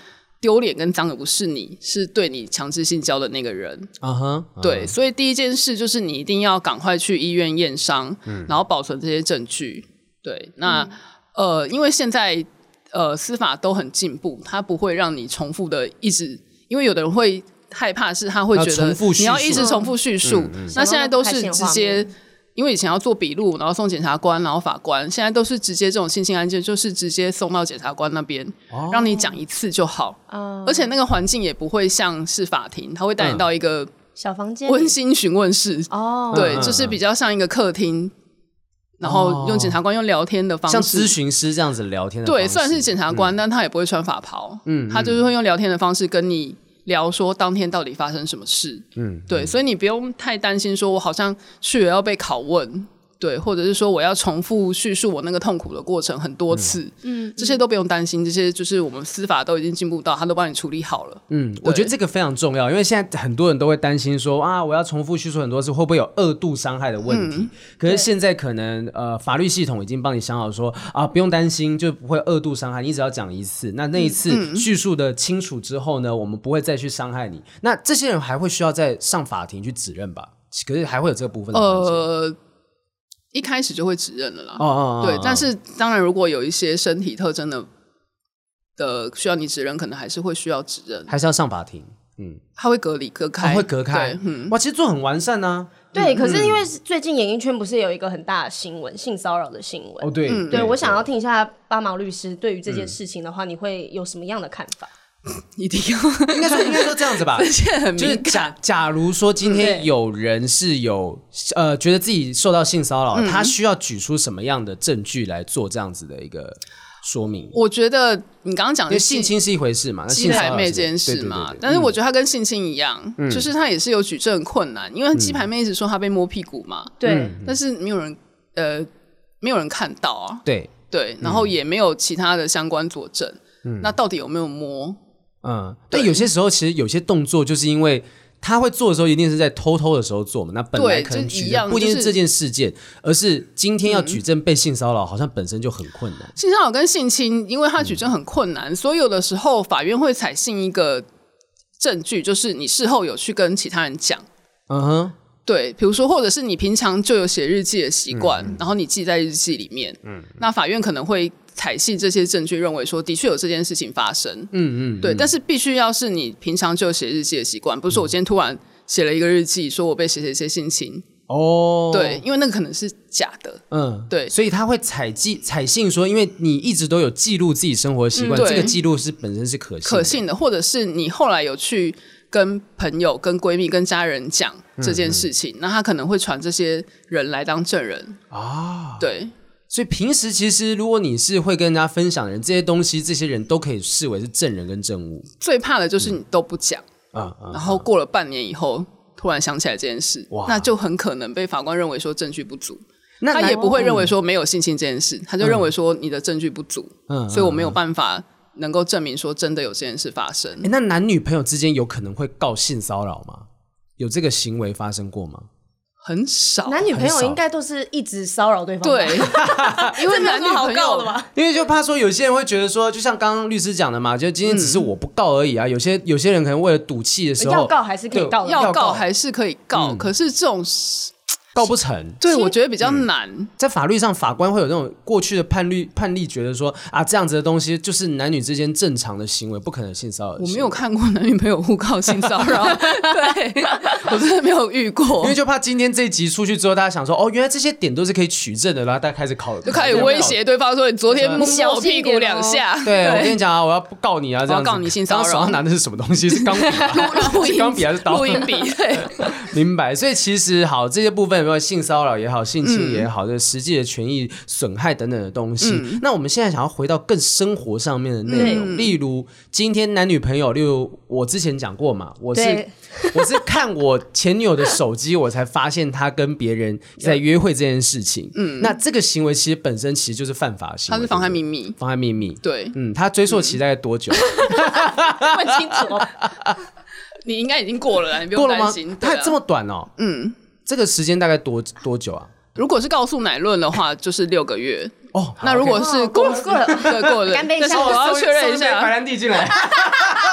丢脸跟脏的不是你，是对你强制性交的那个人。对，所以第一件事就是你一定要赶快去医院验伤，然后保存这些证据。对，那因为现在司法都很进步，它不会让你重复的一直，因为有的人会害怕是他会觉得你要一直重复叙述，那现在都是直接。因为以前要做笔录，然后送检察官，然后法官，现在都是直接这种性侵案件，就是直接送到检察官那边，让你讲一次就好。而且那个环境也不会像是法庭，他会带你到一个小房间温馨询问室。对，就是比较像一个客厅，然后用检察官用聊天的方式， 像咨询师这样子聊天的方式。 对，虽然是检察官，但他也不会穿法袍。他就是会用聊天的方式跟你聊说当天到底发生什么事。对，所以你不用太担心说我好像去了要被拷问，对，或者是说我要重复叙述我那个痛苦的过程很多次。这些都不用担心，这些就是我们司法都已经进步到他都帮你处理好了。 我觉得这个非常重要，因为现在很多人都会担心说啊，我要重复叙述很多次会不会有二度伤害的问题。可是现在可能法律系统已经帮你想好说啊，不用担心，就不会二度伤害，你只要讲一次，那一次叙述的清楚之后呢，我们不会再去伤害你。那这些人还会需要再上法庭去指认吧？可是还会有这个部分的环节。 一开始就会指认了啦。对，但是当然如果有一些身体特征的需要你指认，可能还是会需要指认， 还是要上法庭。 他会隔开， 会隔开。哇，其实做很完善啊。 对，可是因为最近演艺圈不是有一个很大的新闻，性骚扰的新闻。 对， 我想要听一下八毛律师对于这件事情的话，你会有什么样的看法？ 一定要应该说这样子吧，就是假如说今天有人是有觉得自己受到性骚扰，他需要举出什么样的证据来做这样子的一个说明？ 我觉得你刚刚讲的性侵是一回事嘛， 鸡排妹这件事嘛，但是我觉得他跟性侵一样，就是他也是有举证困难，因为鸡排妹一直说他被摸屁股嘛， 对， 但是没有人看到啊， 对， 然后也没有其他的相关佐证，那到底有没有摸？ 但有些时候其实有些动作就是因为他会做的时候一定是在偷偷的时候做嘛，那本来可能举证不一定是这件事件，而是今天要举证被性骚扰好像本身就很困难。 性骚扰跟性侵因为他举证很困难，所以有的时候法院会采信一个证据，就是你事后有去跟其他人讲。对，比如说或者是你平常就有写日记的习惯，然后你记在日记里面，那法院可能会采信这些证据，认为说的确有这件事情发生。对，但是必须要是你平常就有写日记的习惯，不是说我今天突然写了一个日记说我被谁谁谁性侵。对，因为那个可能是假的。对， 所以他会采信说，因为你一直都有记录自己生活的习惯，这个记录是本身是可信的，或者是你后来有去跟朋友、跟闺蜜、跟家人讲这件事情，那他可能会传这些人来当证人啊。对， 所以平时其实如果你是会跟人家分享的人，这些东西这些人都可以视为是证人跟证物。 最怕的就是你都不讲，然后过了半年以后突然想起来这件事，那就很可能被法官认为说证据不足。他也不会认为说没有性侵这件事，他就认为说你的证据不足，所以我没有办法能够证明说真的有这件事发生。 那男女朋友之间有可能会告性骚扰吗？有这个行为发生过吗？ 很少， 男女朋友应该都是一直骚扰对方。 对，因为男女朋友的嘛， 因为就怕说有些人会觉得说，就像刚刚律师讲的嘛，就今天只是我不告而已啊。有些人可能为了赌气的时候， 要告还是可以告的， 要告还是可以告，可是这种告不成。 对，我觉得比较难。 在法律上，法官会有那种过去的判例觉得说啊，这样子的东西就是男女之间正常的行为，不可能性骚扰。 我没有看过男女朋友互告性骚扰，对，我真的没有遇过。 因为就怕今天这一集出去之后，大家想说哦，原来这些点都是可以取证的，然后大家开始就开始威胁对方说你昨天摸我屁股2下。 对，我跟你讲啊，我要不告你啊，这样子。 我要告你性骚扰。 手上拿的是什么东西？是钢笔是钢笔还是刀？ 录音笔。对， 明白。所以其实好，这些部分有没有性骚扰也好，性侵也好，这实际的权益损害等等的东西。那我们现在想要回到更生活上面的内容，例如今天男女朋友，例如我之前讲过嘛，我是看我前女友的手机，我才发现她跟别人在约会这件事情。那这个行为其实本身其实就是犯法行为， 它是妨害秘密。 妨害秘密， 对， 它追溯期大概多久？ 问清楚。 你应该已经过了啦，你不用担心。 它这么短哦？这个时间大概多久啊？ 如果是告诉乃论的话，就是6个月。那如果是公司，对，过了。 干杯一下， 但是我要确认一下， 白兰地进来。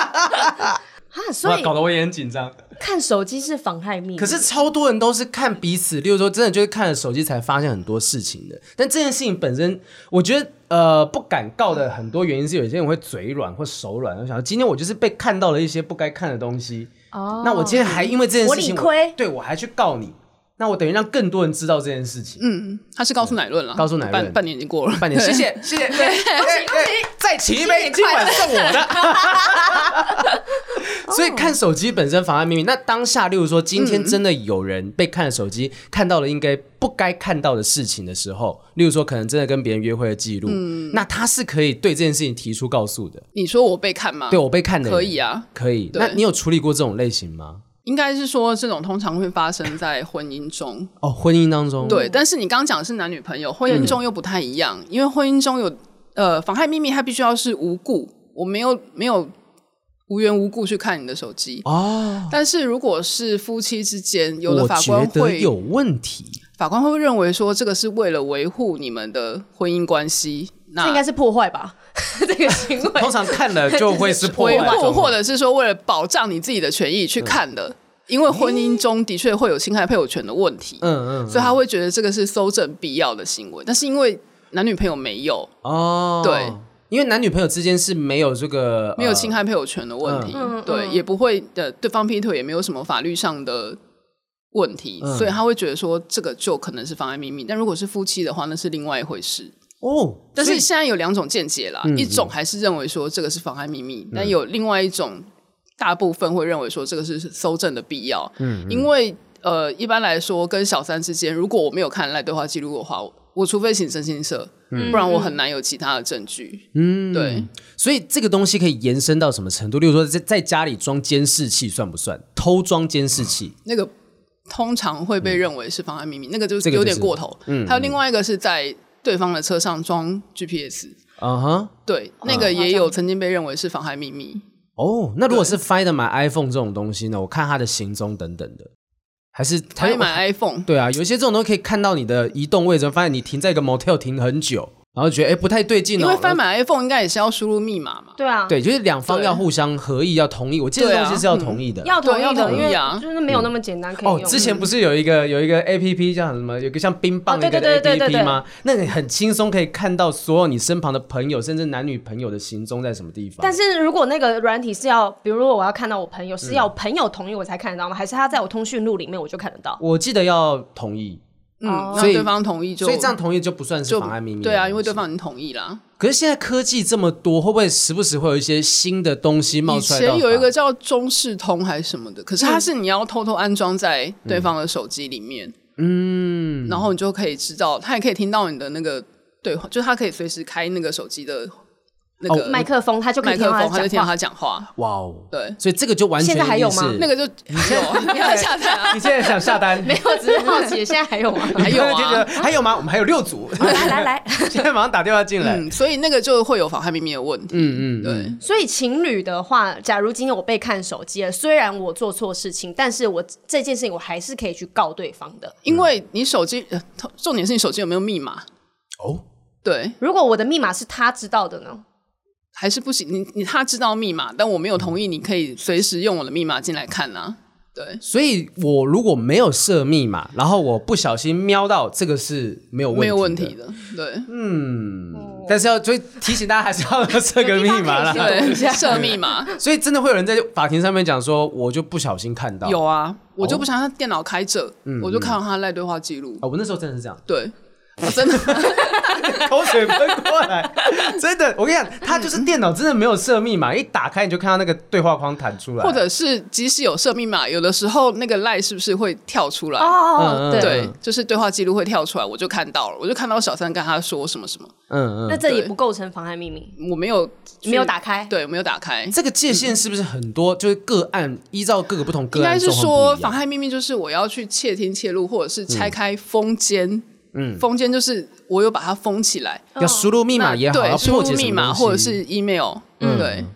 所以搞得我也很紧张。 看手机是妨害秘密， 可是超多人都是看彼此，例如说真的就是看了手机才发现很多事情的。但这件事情本身，我觉得不敢告的很多原因是有些人会嘴软或手软，我想今天我就是被看到了一些不该看的东西，那我今天还因为这件事情， 我理亏， 对我还去告你。那我等于让更多人知道这件事情。 他是告诉乃论了， 告诉乃论， 半年已经过了， 半年，谢谢，对，再请一杯，今晚送我的。所以看手机本身妨碍秘密。那当下，例如说今天真的有人被看手机看到了应该不该看到的事情的时候，例如说可能真的跟别人约会的记录，那他是可以对这件事情提出告诉的。 你说我被看吗？ 对，我被看的人可以啊， 可以。那你有处理过这种类型吗？ 应该是说这种通常会发生在婚姻中婚姻当中。 对，但是你刚刚讲的是男女朋友，婚姻中又不太一样，因为婚姻中有妨害秘密，它必须要是无故，我没有无缘无故去看你的手机但是如果是夫妻之间，有的法官我觉得有问题， 法官会认为说这个是为了维护你们的婚姻关系， 这应该是破坏吧？这个行为通常看了就会是破坏， 或者是说为了保障你自己的权益去看的。因为婚姻中的确会有侵害配偶权的问题，所以他会觉得这个是搜证必要的行为。但是因为男女朋友没有对， 因为男女朋友之间是没有这个没有侵害配偶权的问题，对，也不会对方劈腿也没有什么法律上的问题，所以他会觉得说这个就可能是妨碍秘密。但如果是夫妻的话，那是另外一回事但是现在有两种见解啦，一种还是认为说这个是妨害秘密，但有另外一种。大部分会认为说这个是搜证的必要，因为一般来说跟小三之间，如果我没有看赖对话记录的话，我除非请征信社，不然我很难有其他的证据。对， 所以这个东西可以延伸到什么程度？例如说在家里装监视器算不算？偷装监视器， 那个通常会被认为是妨碍秘密，那个就是有点过头。还有另外一个是在对方的车上装 GPS，对，那个也有曾经被认为是妨害秘密。 那如果是 Find My iPhone 这种东西呢？我看他的行踪等等的，还是 Find My iPhone？ 对啊，有一些这种都可以看到你的移动位置，发现你停在一个 motel 停很久，然后觉得不太对劲因为Find My iPhone 应该也是要输入密码嘛。 对啊， 对，就是两方要互相合意，要同意。我记得东西是要同意的， 要同意的，因为啊， 就是没有那么简单可以用。 之前不是有一个 APP 叫什么？有个像冰棒的一个 APP 吗？那个很轻松可以看到所有你身旁的朋友，甚至男女朋友的行踪在什么地方。 但是如果那个软体是要，比如说我要看到我朋友，是要朋友同意我才看得到吗？还是他在我通讯录里面我就看得到？ 我记得要同意。 所以对方同意所以这样同意就不算是妨碍秘密。 对啊，因为对方已经同意啦。 可是现在科技这么多，会不会时不时会有一些新的东西冒出来？ 以前有一个叫中视通还是什么的，可是它是你要偷偷安装在对方的手机里面，然后你就可以知道，他也可以听到你的那个对话，就是他可以随时开那个手机的。那个麦克风，他就可以听到他讲话。 哇哦， 对， 所以这个就完全现在还有吗？ 那个就你要下单啊？ 你现在想下单？ 没有，只是好奇，现在还有吗？ 还有啊？ 还有吗？我们还有6组， 来， 现在马上打电话进来。 所以那个就会有妨害秘密的问题。对。 所以情侣的话，假如今天我被看手机了，虽然我做错事情，但是我这件事情我还是可以去告对方的， 因为你手机重点是你手机有没有密码？对。 如果我的密码是他知道的呢？ 还是不行，他知道密码，但我没有同意，你可以随时用我的密码进来看啊。对， 所以我如果没有设密码，然后我不小心瞄到，这个是没有问题的。 对， 但是所以提醒大家还是要设个密码啦， 对，设密码。 所以真的会有人在法庭上面讲说，我就不小心看到。 有啊，我就不想他电脑开着，我就看到他赖对话记录。 我那时候真的是这样。 对。真的口水喷过来，真的，我跟你讲，他就是电脑真的没有设密码，一打开你就看到那个对话框弹出来， 或者是即使有设密码，有的时候那个赖是不是会跳出来？对，就是对话记录会跳出来，我就看到了，我就看到小三跟他说什么什么， 那这也不构成妨害秘密， 我没有打开， 对，没有打开， 这个界限是不是很多？就是个案依照各个不同个案， 应该是说妨害秘密就是我要去窃听窃录，或者是拆开封间。封间就是我有把它封起来， 要输入密码也好，要破解什么东西， 密码或者是 email，对。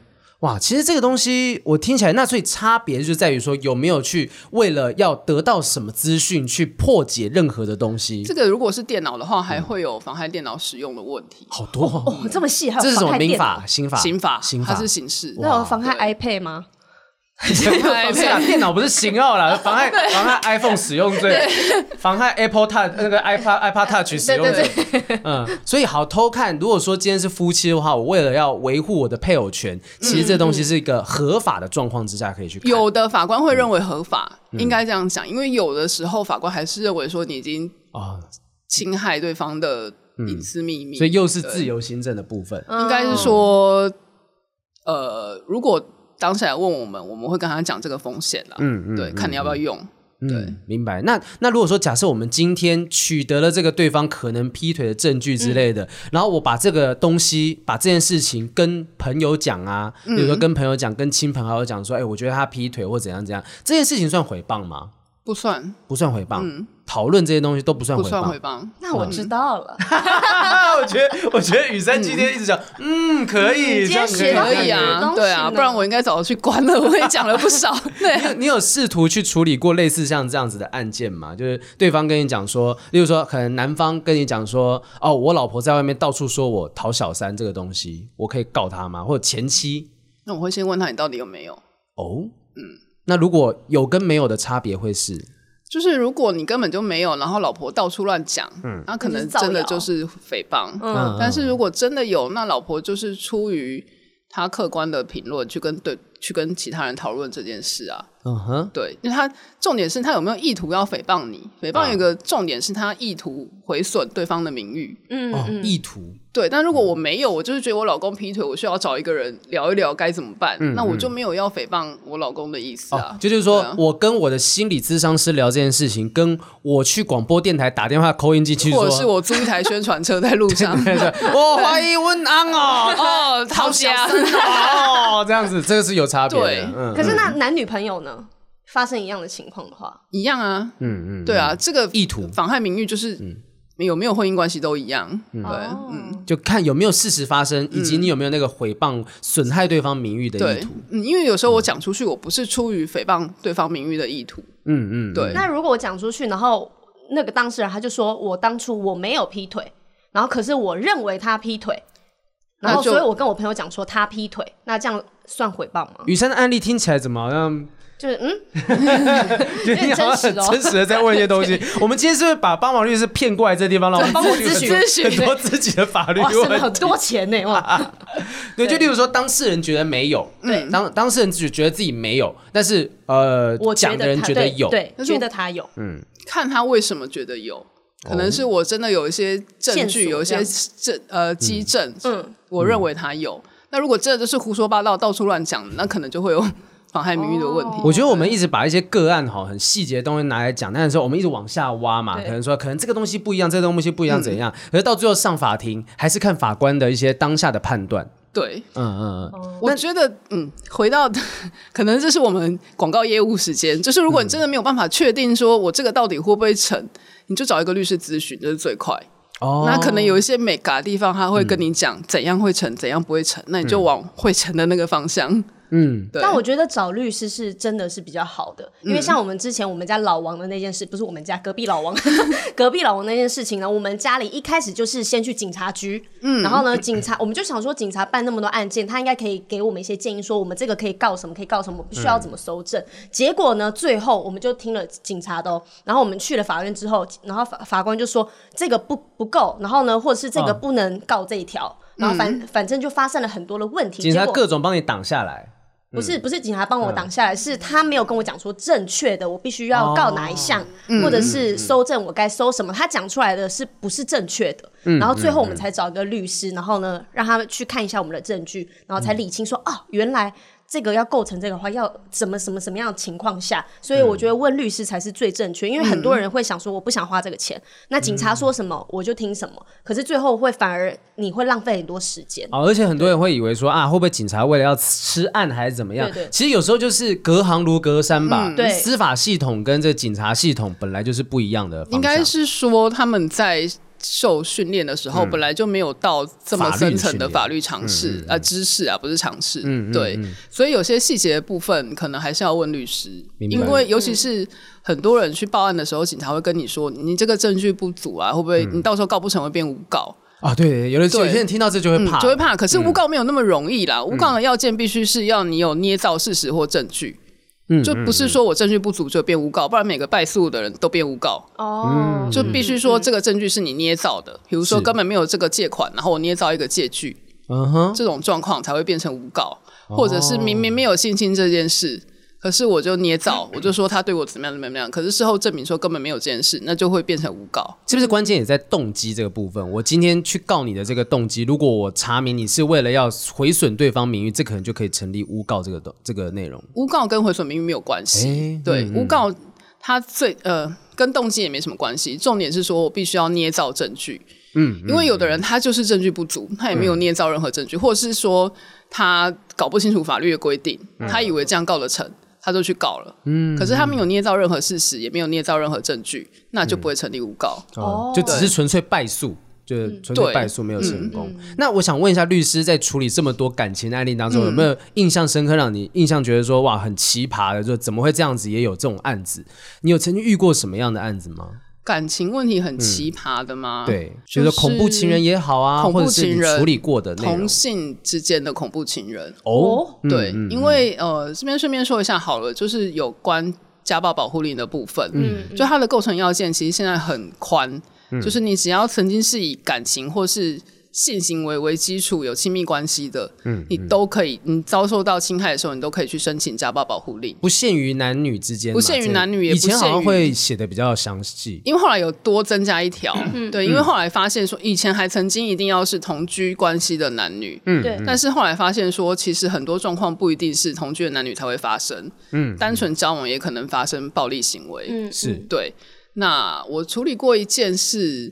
哇，其实这个东西我听起来，那所以差别就在于说有没有去为了要得到什么资讯去破解任何的东西。 这个如果是电脑的话，还会有妨害电脑使用的问题。 好多哦， 这么细，还有这是什么妨害电脑？ 民法、刑法、 它是刑事。 那有妨害 iPad 吗？ 不是啦，电脑不是刑奥啦，妨害 iPhone 使用罪，妨害 Apple Touch 那个 iPad Touch 使用罪。所以好偷看，如果说今天是夫妻的话，我为了要维护我的配偶权，其实这东西是一个合法的状况之下可以去看。 有的法官会认为合法，应该这样讲，因为有的时候法官还是认为说你已经侵害对方的隐私秘密， 所以又是自由行政的部分。 应该是说，如果当事人问我们会跟他讲这个风险啦，对，看你要不要用。对， 明白。那如果说假设我们今天取得了这个对方可能劈腿的证据之类的，然后我把这个东西把这件事情跟朋友讲啊，比如说跟朋友讲，跟亲朋好友讲说，我觉得他劈腿或怎样怎样，这件事情算诽谤吗？ 不算诽谤。讨论这些东西都不算诽谤。 那我知道了。 我觉得雨珊今天一直讲，可以，这样可以啊，对啊，不然我应该早就去关了。我也讲了不少。对， 你有试图去处理过类似像这样子的案件吗？就是对方跟你讲说，例如说可能男方跟你讲说，我老婆在外面到处说我讨小三这个东西，我可以告他吗？或者前妻？ 那我会先问他你到底有没有？ 那如果有跟没有的差别会是？ 就是如果你根本就没有，然后老婆到处乱讲，那可能真的就是诽谤。但是如果真的有，那老婆就是出于她客观的评论去跟其他人讨论这件事啊。对，因为他重点是他有没有意图要诽谤你。诽谤有一个重点是他意图毁损对方的名誉。 意图。 对，但如果我没有，我就是觉得我老公劈腿，我需要找一个人聊一聊该怎么办，那我就没有要诽谤我老公的意思啊。 就是说我跟我的心理咨商师聊这件事情，跟我去广播电台打电话call in机去说， 或者是我租一台宣传车在路上， 我怀疑温安讨小三这样子，这个是有差别的。 对， 可是那男女朋友呢？发生一样的情况的话， 一样啊。对啊，这个意图妨害名誉就是有没有婚姻关系都一样。对， 就看有没有事实发生，以及你有没有那个诽谤损害对方名誉的意图。 因为有时候我讲出去，我不是出于诽谤对方名誉的意图。对。 那如果我讲出去，然后那个当事人他就说我当初我没有劈腿，然后可是我认为他劈腿，然后所以我跟我朋友讲说他劈腿，那这样算诽谤吗？ 雨珊的案例听起来怎么好像？ 就是就你好像很真实的在问一些东西。我们今天是不是把帮忙律师骗过来这地方，让我们帮我咨询很多自己的法律问题？ 哇，省了很多钱呢！哇， 对，就例如说，当事人觉得没有，对，当事人只觉得自己没有，但是我讲的人觉得有， 对，觉得他有， 看他为什么觉得有。可能是我真的有一些证据，有一些基证，我认为他有。那如果真的就是胡说八道、到处乱讲，那可能就会有妨害名誉的问题。 我觉得我们一直把一些个案很细节的东西拿来讲，但是我们一直往下挖嘛，可能说可能这个东西不一样，这个东西不一样怎样，可是到最后上法庭还是看法官的一些当下的判断。 对，我觉得，回到可能这是我们广告业务时间，就是如果你真的没有办法确定说我这个到底会不会成，你就找一个律师咨询，这是最快。那可能有一些美感的地方，他会跟你讲怎样会成，怎样不会成，那你就往会成的那个方向。 但我觉得找律师是真的是比较好的，因为像我们之前我们家老王的那件事，不是我们家隔壁老王隔壁老王那件事情呢，我们家里一开始就是先去警察局，然后呢我们就想说警察办那么多案件，他应该可以给我们一些建议，说我们这个可以告什么，可以告什么，不需要怎么搜证。结果呢最后我们就听了警察的然后我们去了法院之后，然后法官就说这个不够，然后呢或者是这个不能告这一条，然后反正就发生了很多的问题， 警察各种帮你挡下来。 不是警察帮我挡下来，是他没有跟我讲说正确的我必须要告哪一项，或者是搜证我该搜什么，他讲出来的是不是正确的，然后最后我们才找一个律师，然后呢让他去看一下我们的证据，然后才理清说原来这个要构成这个的话要什么样的情况下，所以我觉得问律师才是最正确，因为很多人会想说我不想花这个钱，那警察说什么我就听什么，可是最后会反而你会浪费很多时间。 而且很多人会以为说会不会警察为了要吃案还是怎么样，对，其实有时候就是隔行如隔山吧，司法系统跟这个警察系统本来就是不一样的方向。 应该是说他们在受训练的时候，本来就没有到这么深层的法律常识知识啊，不是常识。对，所以有些细节的部分可能还是要问律师，因为尤其是很多人去报案的时候，警察会跟你说，你这个证据不足啊，会不会你到时候告不成会变诬告？ 啊，对，有些人听到这就会怕， 就会怕。可是诬告没有那么容易啦，诬告的要件必须是要你有捏造事实或证据。就不是说我证据不足就变诬告，不然每个败诉的人都变诬告。就必须说这个证据是你捏造的，比如说根本没有这个借款，然后我捏造一个借据，这种状况才会变成诬告，或者是明明没有性侵这件事，可是我就捏造，我就说他对我怎么样怎么样，可是事后证明说根本没有这件事，那就会变成诬告。 是不是关键也在动机这个部分？我今天去告你的这个动机，如果我查明你是为了要毁损对方名誉，这可能就可以成立诬告这个内容。 诬告跟毁损名誉没有关系，对，诬告它跟动机也没什么关系，重点是说我必须要捏造证据。因为有的人他就是证据不足，他也没有捏造任何证据，或者是说他搞不清楚法律的规定，他以为这样告得成，他就去告了。可是他没有捏造任何事实，也没有捏造任何证据，那就不会成立诬告。 就只是纯粹败诉，就是纯粹败诉没有成功。那我想问一下，律师在处理这么多感情案例当中，有没有印象深刻，让你印象觉得说哇很奇葩的，就怎么会这样子也有这种案子？你有曾经遇过什么样的案子吗？ 感情问题很奇葩的吗？ 对，比如说恐怖情人也好啊， 恐怖情人或者是你处理过的内容， 同性之间的恐怖情人。 对， 因为这边顺便说一下好了，就是有关家暴保护令的部分，就它的构成要件其实现在很宽，就是你只要曾经是以感情或是性行为为基础有亲密关系的，你都可以，你遭受到侵害的时候，你都可以去申请家暴保护令， 不限于男女之间， 不限于男女，也不限于， 以前好像会写的比较详细， 因为后来有多增加一条，对，因为后来发现说，以前还曾经一定要是同居关系的男女， 对， 但是后来发现说，其实很多状况不一定是同居的男女才会发生，单纯交往也可能发生暴力行为， 是对。那我处理过一件事，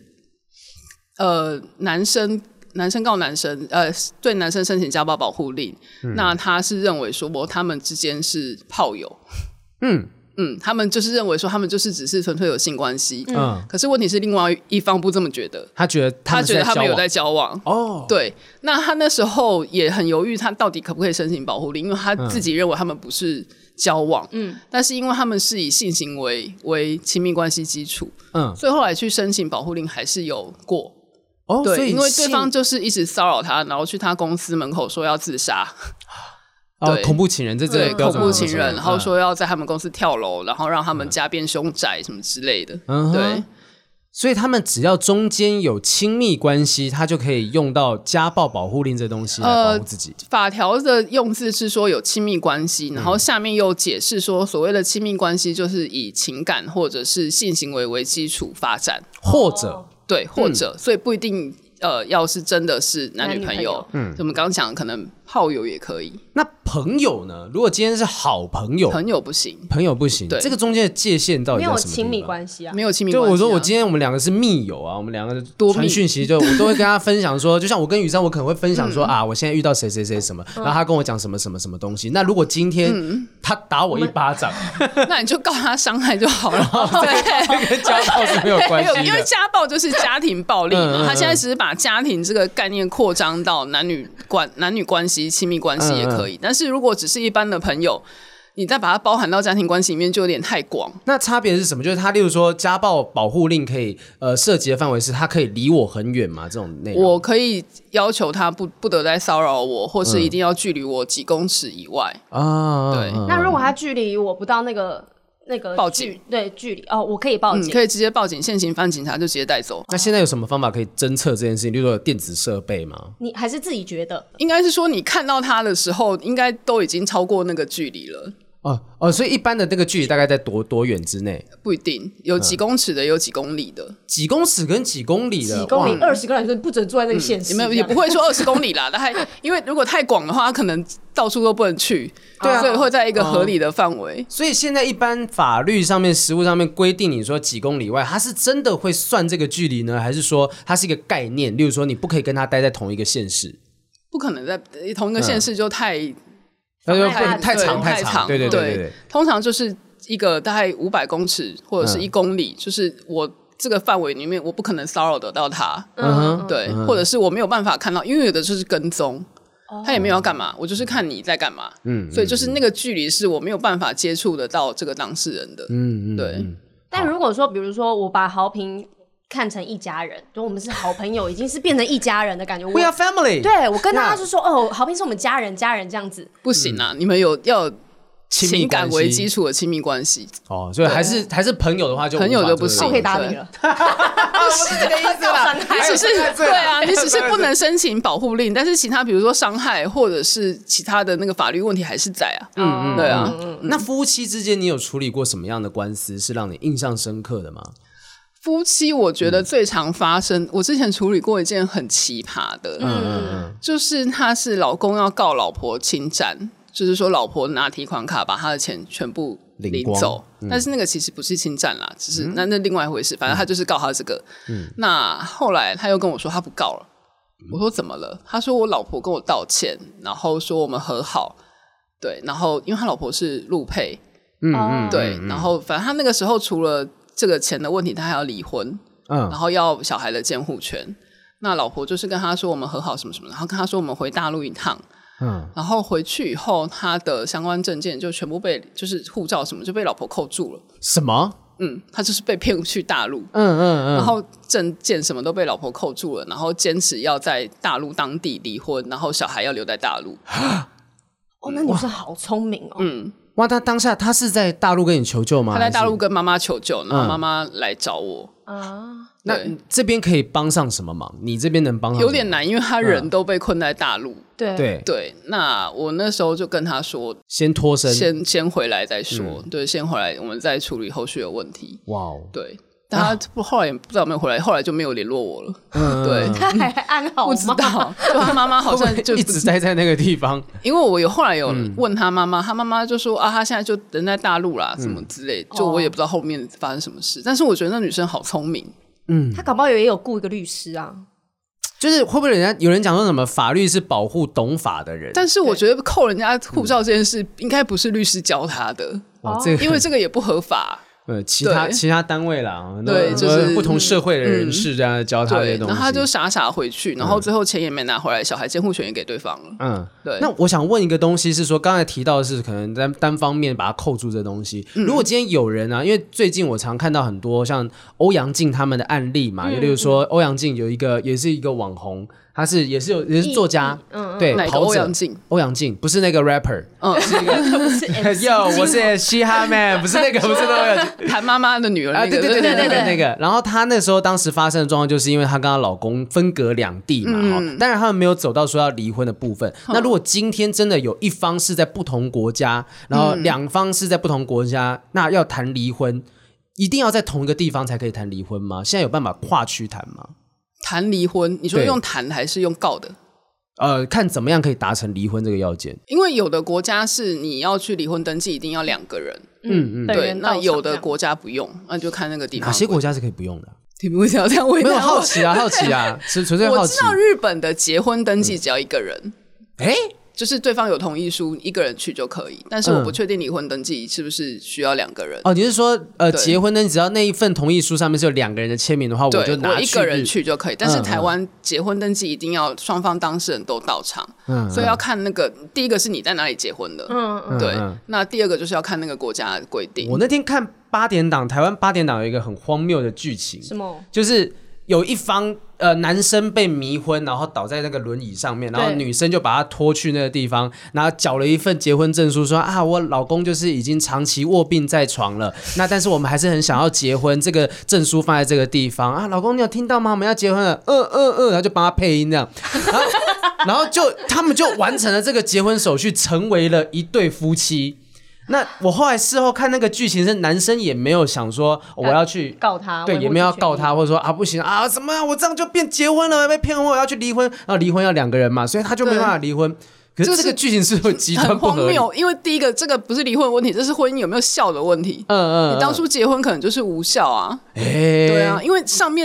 男生告男生，对男生申请家暴保护令，那他是认为说他们之间是炮友，他们就是认为说他们就是只是纯粹有性关系，可是问题是另外一方不这么觉得， 他觉得他们有在交往，对，那他那时候也很犹豫，他到底可不可以申请保护令，因为他自己认为他们不是交往，但是因为他们是以性行为为亲密关系基础，所以后来去申请保护令还是有过。对，所以因为对方就是一直骚扰他，然后去他公司门口说要自杀。对， 恐怖情人，这恐怖情人，然后说要在他们公司跳楼，然后让他们家变凶宅什么之类的。对， 所以他们只要中间有亲密关系，他就可以用到家暴保护令这东西来保护自己。 法条的用字是说有亲密关系，然后下面又解释说，所谓的亲密关系就是以情感或者是性行为为基础发展， 或者。 对，或者，所以不一定要是真的是男女朋友，我们刚刚讲的可能炮友也可以。 那朋友呢？如果今天是好朋友， 朋友不行， 朋友不行。这个中间的界限到底在什么地方？ 没有亲密关系啊， 没有亲密关系。 就我说我今天我们两个是密友啊，我们两个传讯息，就我都会跟他分享说，就像我跟雨珊，我可能会分享说我现在遇到谁谁谁什么，然后他跟我讲什么什么什么东西。那如果今天他打我一巴掌， 那你就告他伤害就好了。 对，跟家暴是没有关系的， 因为家暴就是家庭暴力嘛。他现在只是把家庭这个概念扩张到男女关系、亲密关系也可以，但是如果只是一般的朋友，你再把它包含到家庭关系里面，就有点太广。 那差别是什么？就是他，例如说家暴保护令可以涉及的范围是，他可以离我很远吗？这种内容， 我可以要求他不得再骚扰我，或是一定要距离我几公尺以外啊。对， 那如果他距离我不到那个报警， 对，距离我可以报警， 可以直接报警，现行犯警察就直接带走。 那现在有什么方法可以侦测这件事情？例如说有电子设备吗？ 你还是自己觉得？ 应该是说你看到他的时候，应该都已经超过那个距离了。 所以一般的那个距离大概在多远之内？ 不一定，有几公尺的，有几公里的。 几公尺跟几公里的， 几公里20公里说不准住在这个县市， 也不会说20公里啦。大概因为如果太广的话，他可能到处都不能去，对所以会在一个合理的范围。 所以现在一般法律上面、实务上面规定，你说几公里外，它是真的会算这个距离呢，还是说它是一个概念？例如说，你不可以跟他待在同一个县市， 不可能在同一个县市就太。 太长，对， 通常就是一个大概500公尺或者是1公里，就是我这个范围里面，我不可能骚扰得到他，对，或者是我没有办法看到，因为有的就是跟踪。他也没有要干嘛，我就是看你在干嘛，所以就是那个距离是我没有办法接触得到这个当事人的，对。 但如果说，比如说我把豪平看成一家人，就我们是好朋友，已经是变成一家人的感觉。 We are family。 对，我跟他就说，哦，豪平是我们家人，这样子。 不行啊，你们要有情感为基础的亲密关系。 哦，所以还是朋友的话就朋友就不行， 我可以打你了。 不是这个意思啦， 你只是对啊，你只是不能申请保护令，但是其他比如说伤害或者是其他的那个法律问题还是在啊。对啊。 那夫妻之间你有处理过什么样的官司是让你印象深刻的吗？ 夫妻我觉得最常发生，我之前处理过一件很奇葩的，就是他是老公要告老婆侵占，就是说老婆拿提款卡把他的钱全部领走，但是那个其实不是侵占啦，只是那另外一回事，反正他就是告他这个。那后来他又跟我说他不告了，我说怎么了？他说我老婆跟我道歉，然后说我们和好，对，然后因为他老婆是陆配，对，然后反正他那个时候除了这个钱的问题，他还要离婚，然后要小孩的监护权。那老婆就是跟他说我们和好什么什么，然后跟他说我们回大陆一趟。然后回去以后，他的相关证件就全部被，就是护照什么就被老婆扣住了。 什么？ 他就是被骗去大陆。然后证件什么都被老婆扣住了，然后坚持要在大陆当地离婚，然后小孩要留在大陆。 哦，那女生好聪明哦。 哇，他当下他是在大陆跟你求救吗？ 他在大陆跟妈妈求救，然后妈妈来找我。 那这边可以帮上什么忙？你这边能帮上什么？ 有点难，因为他人都被困在大陆。 对， 那我那时候就跟他说， 先脱身， 先回来再说。对，先回来，我们再处理后续的问题。哇哦，对。但他后来也不知道有没有回来，后来就没有联络我了。对， 他还安好吗？ 不知道，就他妈妈好像就一直待在那个地方。 因为我后来有问他妈妈，他妈妈就说啊，他现在就人在大陆啦，什么之类。就我也不知道后面发生什么事，但是我觉得那女生好聪明。 他搞不好也有雇一个律师啊。 就是会不会有人讲说什么法律是保护懂法的人？ 但是我觉得扣人家护照这件事，应该不是律师教他的，因为这个也不合法。 其他单位啦， 对，就是不同社会的人士这样教他这些东西， 然后他就傻傻回去，然后最后钱也没拿回来，小孩监护权也给对方了。对。 那我想问一个东西是说，刚才提到的是可能在单方面把它扣住这东西。如果今天有人啊，因为最近我常看到很多像欧阳靖他们的案例嘛，例如说欧阳靖也是一个网红。他也是作家，对， 哪个欧阳靖？ 欧阳靖不是那个 rapper， 是一个yo， 我是嘻哈 man， 不是那个欧阳靖， 谭妈妈的女儿， 对，那个。然后他那时候当时发生的状况，就是因为她跟她老公分隔两地嘛，当然他们没有走到说要离婚的部分。那如果今天真的有一方是在不同国家，然后两方是在不同国家，那要谈离婚，一定要在同一个地方才可以谈离婚吗？现在有办法跨区谈吗？ 谈离婚，你说用谈还是用告的？ 看怎么样可以达成离婚这个要件。因为有的国家是你要去离婚登记，一定要2个人。对。那有的国家不用，那就看那个地方。 哪些国家是可以不用的？ 你为什么要这样问？ 没有好奇啊，纯粹好奇。 我知道日本的结婚登记只要1个人。就是对方有同意书，1个人去就可以，但是我不确定离婚登记是不是需要2个人。 你是说结婚登记只要那一份同意书上面是有2个人的签名的话，我就拿去， 我1个人去就可以。但是台湾结婚登记一定要双方当事人都到场，所以要看那个第一个是你在哪里结婚的，对。那第二个就是要看那个国家的规定。 我那天看8点档，台湾8点档有一个很荒谬的剧情， 什么？ 就是有一方男生被迷昏，然后倒在那个轮椅上面，然后女生就把他拖去那个地方，然后缴了一份结婚证书，说啊，我老公就是已经长期卧病在床了，那但是我们还是很想要结婚，这个证书放在这个地方啊，老公你有听到吗？我们要结婚了，然后就帮他配音这样，然后他们就完成了这个结婚手续，成为了一对夫妻。那我后来事后看那个剧情是男生也没有想说我要去告他， 对，也没有要告他，或者说啊不行啊怎么样，我这样就变结婚了，被骗婚，我要去离婚，然后离婚要2个人嘛，所以他就没办法离婚。可是这个剧情是有极端不合理， 很荒谬，因为第一个这个不是离婚的问题，这是婚姻有没有效的问题。你当初结婚可能就是无效啊。对啊，因为上面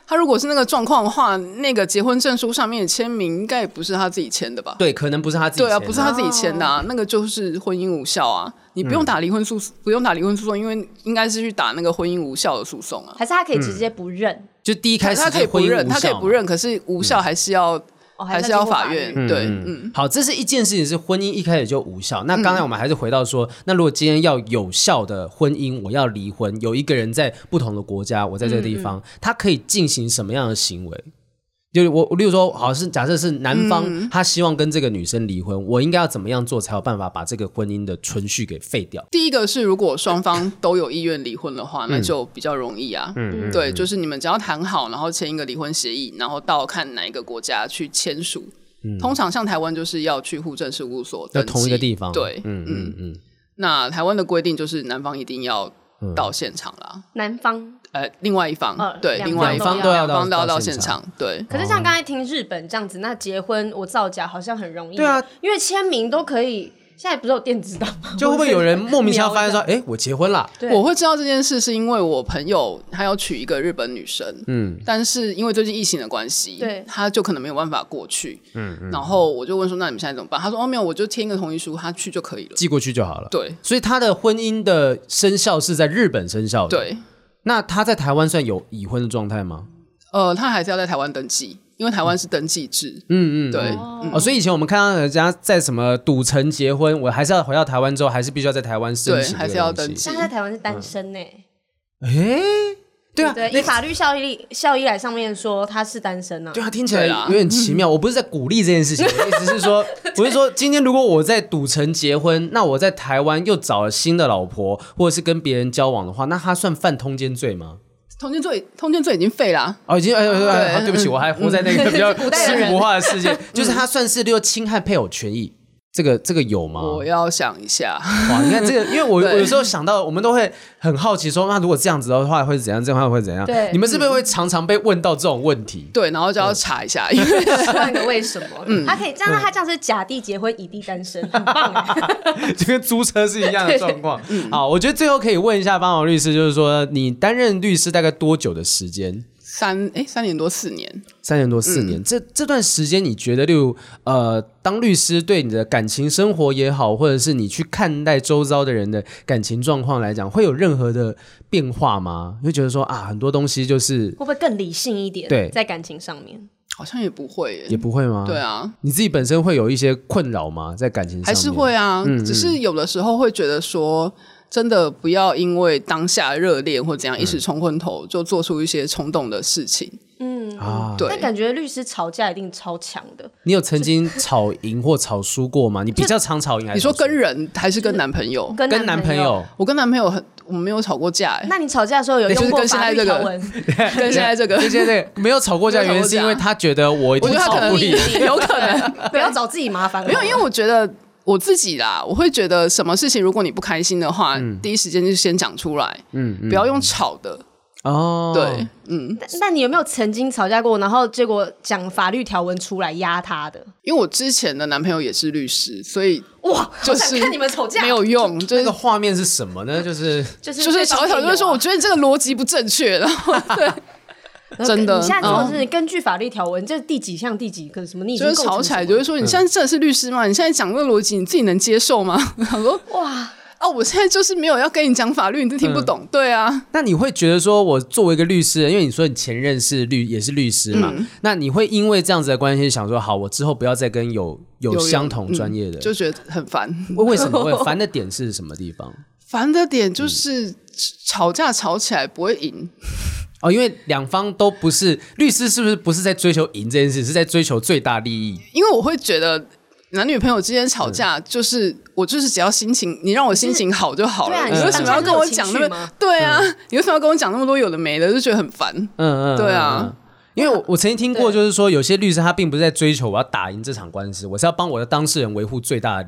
他如果是那个状况的话，那个结婚证书上面的签名应该也不是他自己签的吧？ 对，可能不是他自己签的。 对啊，不是他自己签的啊，那个就是婚姻无效啊。你不用打离婚诉讼，因为应该是去打那个婚姻无效的诉讼啊。 还是他可以直接不认？ 就第一开始他可以不认，他可以不认，可是无效还是要。还是要法院。对， 好，这是一件事情，是婚姻一开始就无效。那刚才我们还是回到说，那如果今天要有效的婚姻，我要离婚，有一个人在不同的国家，我在这个地方，他可以进行什么样的行为？就是我，例如说，好是假设是男方他希望跟这个女生离婚，我应该要怎么样做才有办法把这个婚姻的存续给废掉？ 第一个是，如果双方都有意愿离婚的话，那就比较容易啊。对，就是你们只要谈好，然后签一个离婚协议，然后到看哪一个国家去签署。通常像台湾就是要去户政事务所登记， 同一个地方。 对，那台湾的规定就是男方一定要到现场啦。 男方。 另外一方，对，另外一方都要到现场，对。 可是像刚才听日本这样子，那结婚我造假好像很容易， 对啊， 因为签名都可以。现在不是有电子档吗？ 就会不会有人莫名其妙发现说，哎，我结婚了？ 我会知道这件事是因为我朋友他要娶一个日本女生，但是因为最近疫情的关系， 对， 他就可能没有办法过去，然后我就问说，那你们现在怎么办？他说，哦，没有，我就签一个同意书，他去就可以了， 寄过去就好了。 对， 所以他的婚姻的生效是在日本生效的。 对， 那他在台湾算有已婚的状态吗？ 他还是要在台湾登记。因为台湾是登记制，对， 所以以前我们看到人家在什么赌城结婚，我还是要回到台湾之后，还是必须要在台湾申请， 对，还是要登记。 像在台湾是单身呢， 对啊， 对，以法律效益来上面说他是单身啊， 对啊，听起来有点奇妙。我不是在鼓励这件事情，我的意思是说，我是说，今天如果我在赌城结婚，那我在台湾又找了新的老婆，或者是跟别人交往的话，那他算犯通奸罪吗？ 通奸罪已经废了已经对不起，我还活在那个比较世俗化的世界，就是他算是侵害配偶权益，这个有吗？ 我要想一下。 哇，你看这个，因为我有时候想到，我们都会很好奇说，那如果这样子的话会怎样？这样会怎样？ 对， 你们是不是会常常被问到这种问题？ 对，然后就要查一下，因为问个为什么？他可以这样，他这样是甲地结婚，乙地单身，很棒哎， 就跟租车是一样的状况。好，我觉得最后可以问一下邦豪律师，就是说你担任律师大概多久的时间 ？3年多4年 ，3年多4年。这段时间，你觉得，例如当律师对你的感情生活也好，或者是你去看待周遭的人的感情状况来讲，会有任何的变化吗？会觉得说很多东西就是会不会更理性一点？ 对， 在感情上面好像也不会耶， 也不会吗？ 对啊， 你自己本身会有一些困扰吗？在感情上面还是会啊，只是有的时候会觉得说，真的不要因为当下热恋或怎样一时冲昏头，就做出一些冲动的事情。对。 但感觉律师吵架一定超强的。 你有曾经吵赢或吵输过吗？你比较常吵赢还是？ 你说跟人还是跟男朋友？ 跟男朋友。 我跟男朋友我们没有吵过架。 那你吵架的时候有用过法律条文？ 跟现在这个没有吵过架，原因是因为他觉得我一定吵不赢， 有可能不要找自己麻烦。 没有，因为我觉得。我自己啦，我会觉得什么事情如果你不开心的话，第一时间就先讲出来，不要用吵的。对， 但你有没有曾经吵架过，然后结果讲法律条文出来压他的？ 因为我之前的男朋友也是律师，所以就是看你们吵架没有用。 那个画面是什么呢？就是吵一吵，就是说我觉得你这个逻辑不正确，然后对。真的， 你现在真的是根据法律条文，这第几项第几个什么？你已经就是吵起来，就会说你现在真的是律师吗？你现在讲这个逻辑，你自己能接受吗？我说哇我现在就是没有要跟你讲法律，你都听不懂。对啊， 那你会觉得说，我作为一个律师，因为你说你前任也是律师嘛，那你会因为这样子的关系想说，好，我之后不要再跟有相同专业的， 就觉得很烦。 为什么会烦的点是什么地方？ 烦的点就是吵架吵起来不会赢。 因为两方都不是律师，是不是在追求赢这件事，是在追求最大利益？ 因为我会觉得男女朋友之间吵架，我就是只要心情，你让我心情好就好了。你为什么要跟我讲那么？对啊，你为什么要跟我讲那么多有的没的？就觉得很烦。对啊。 因为我曾经听过，就是说有些律师他并不是在追求我要打赢这场官司，我是要帮我的当事人维护最大的利益。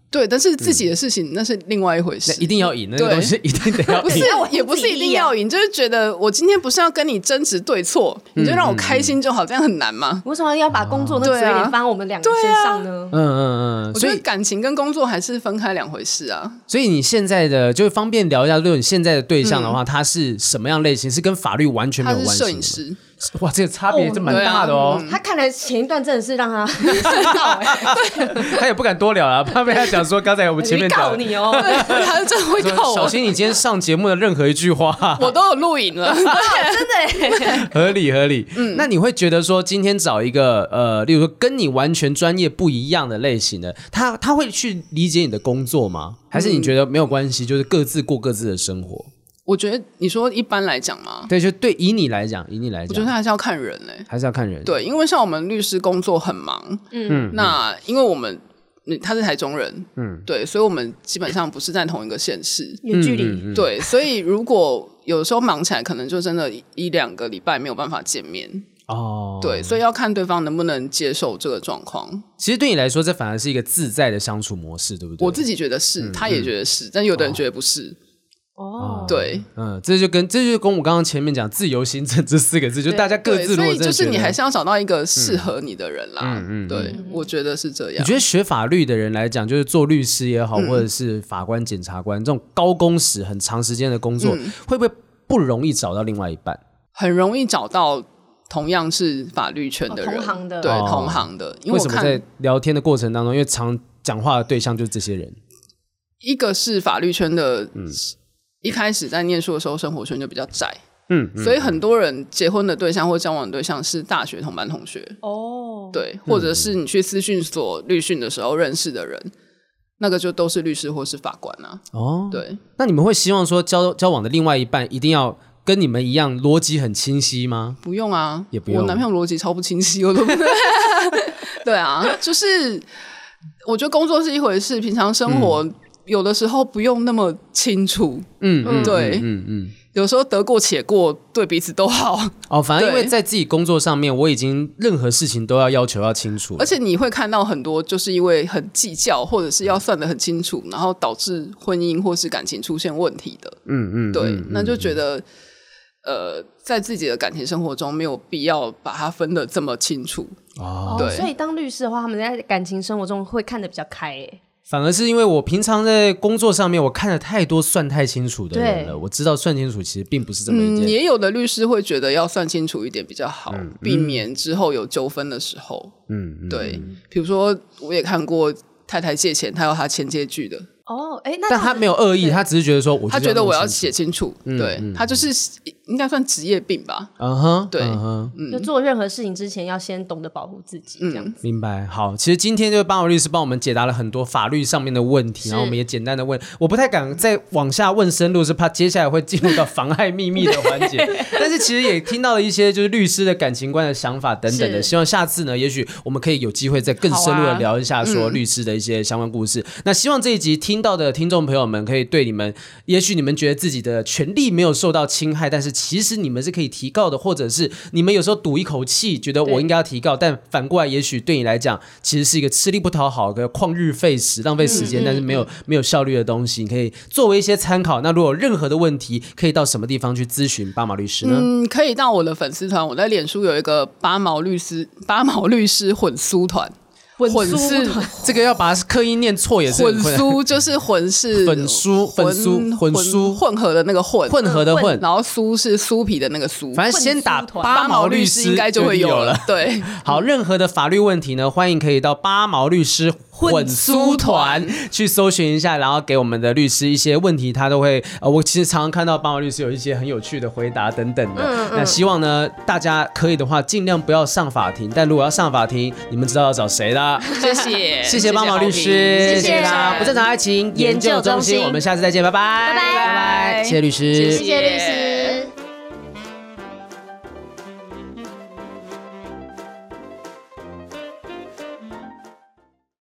对，但是自己的事情那是另外一回事， 那一定要赢，那个东西一定得要赢。 不是，也不是一定要赢，就是觉得我今天不是要跟你争执对错，你就让我开心就好，这样很难吗？ 为什么要把工作那嘴脸放我们两个身上呢？ 我觉得感情跟工作还是分开两回事啊。 所以你现在的就方便聊一下，如果你现在的对象的话，他是什么样类型？是跟法律完全没有关系的？ 他是摄影师。 哇，这个差别就蛮大的哦。 他看来前一段真的是让他吓到他也不敢多聊了，怕被他讲说刚才我们前面讲告你哦， 对，他真的会告我。 小心你今天上节目的任何一句话， 我都有录影了， 真的合理。那你会觉得说今天找一个例如说跟你完全专业不一样的类型的，他会去理解你的工作吗？还是你觉得没有关系，就是各自过各自的生活？ 我觉得你说一般来讲嘛， 对，就对以你来讲，我觉得还是要看人还是要看人。 对，因为像我们律师工作很忙，那因为我们他是台中人，对，所以我们基本上不是在同一个县市， 有距离， 对，所以如果有时候忙起来，可能就真的1-2个礼拜没有办法见面。对，所以要看对方能不能接受这个状况。 其实对你来说，这反而是一个自在的相处模式，对不对？ 我自己觉得是，他也觉得是，但有的人觉得不是。对，这就跟我刚刚前面讲自由行政这4个字，就大家各自。 所以就是你还是要找到一个适合你的人啦。对，我觉得是这样。 你觉得学法律的人来讲，就是做律师也好，或者是法官、检察官这种高工时、很长时间的工作，会不会不容易找到另外一半？ 很容易找到同样是法律圈的人， 同行的， 对，同行的。因为什么在聊天的过程当中，因为常讲话的对象就是这些人， 一个是法律圈的。一开始在念书的时候，生活圈就比较窄，所以很多人结婚的对象或交往的对象是大学同班同学，对，或者是你去私训所律训的时候认识的人，那个就都是律师或是法官啊。对。 那你们会希望说交往的另外一半一定要跟你们一样逻辑很清晰吗？ 不用啊， 也不用。 我男朋友逻辑超不清晰，我都不对啊，就是我觉得工作是一回事，平常生活。有的时候不用那么清楚，对，有时候得过且过，对彼此都好。 反正因为在自己工作上面，我已经任何事情都要求要清楚， 而且你会看到很多就是因为很计较，或者是要算得很清楚，然后导致婚姻或是感情出现问题的。对，那就觉得在自己的感情生活中没有必要把它分得这么清楚。对， 所以当律师的话，他们在感情生活中会看得比较开耶。 反而是因为我平常在工作上面，我看了太多算太清楚的人了，我知道算清楚其实并不是这么一件。 也有的律师会觉得要算清楚一点比较好，避免之后有纠纷的时候。对，比如说我也看过太太借钱，他要他签借据的。 但他没有恶意，他只是觉得说他觉得我要写清楚，对，他就是应该算职业病吧。对， 就做任何事情之前要先懂得保护自己，这样子。 明白。好，其实今天就是巴马律师帮我们解答了很多法律上面的问题，然后我们也简单的问，我不太敢再往下问深入，是怕接下来会进入到妨害秘密的环节。但是其实也听到了一些就是律师的感情观的想法等等的，希望下次呢，也许我们可以有机会再更深入的聊一下说律师的一些相关故事。那希望这一集听到的听众朋友们可以对你们，也许你们觉得自己的权利没有受到侵害，但是其实你们是可以提告的，或者是你们有时候赌一口气觉得我应该要提告，但反过来也许对你来讲其实是一个吃力不讨好的旷日费时浪费时间，但是没有效率的东西，你可以作为一些参考。那如果有任何的问题可以到什么地方去咨询巴马律师呢？ 可以到我的粉丝团，我在脸书有一个巴毛律师混酥团。 混酥这个要把刻意念错也是混酥，就是混是粉酥混合的那个混合的混， 然后酥是酥皮的那个酥。 反正先打巴毛律师应该就会有了。对， 好，任何的法律问题呢，欢迎可以到巴毛律师混酥团去搜寻一下，然后给我们的律师一些问题，他都会我其实常常看到巴毛律师有一些很有趣的回答等等的。那希望呢大家可以的话尽量不要上法庭，但如果要上法庭，你们知道要找谁啦。谢谢巴毛律师，谢谢啦！不正常爱情研究中心，我们下次再见，拜拜， 拜拜， 谢谢律师， 谢谢律师。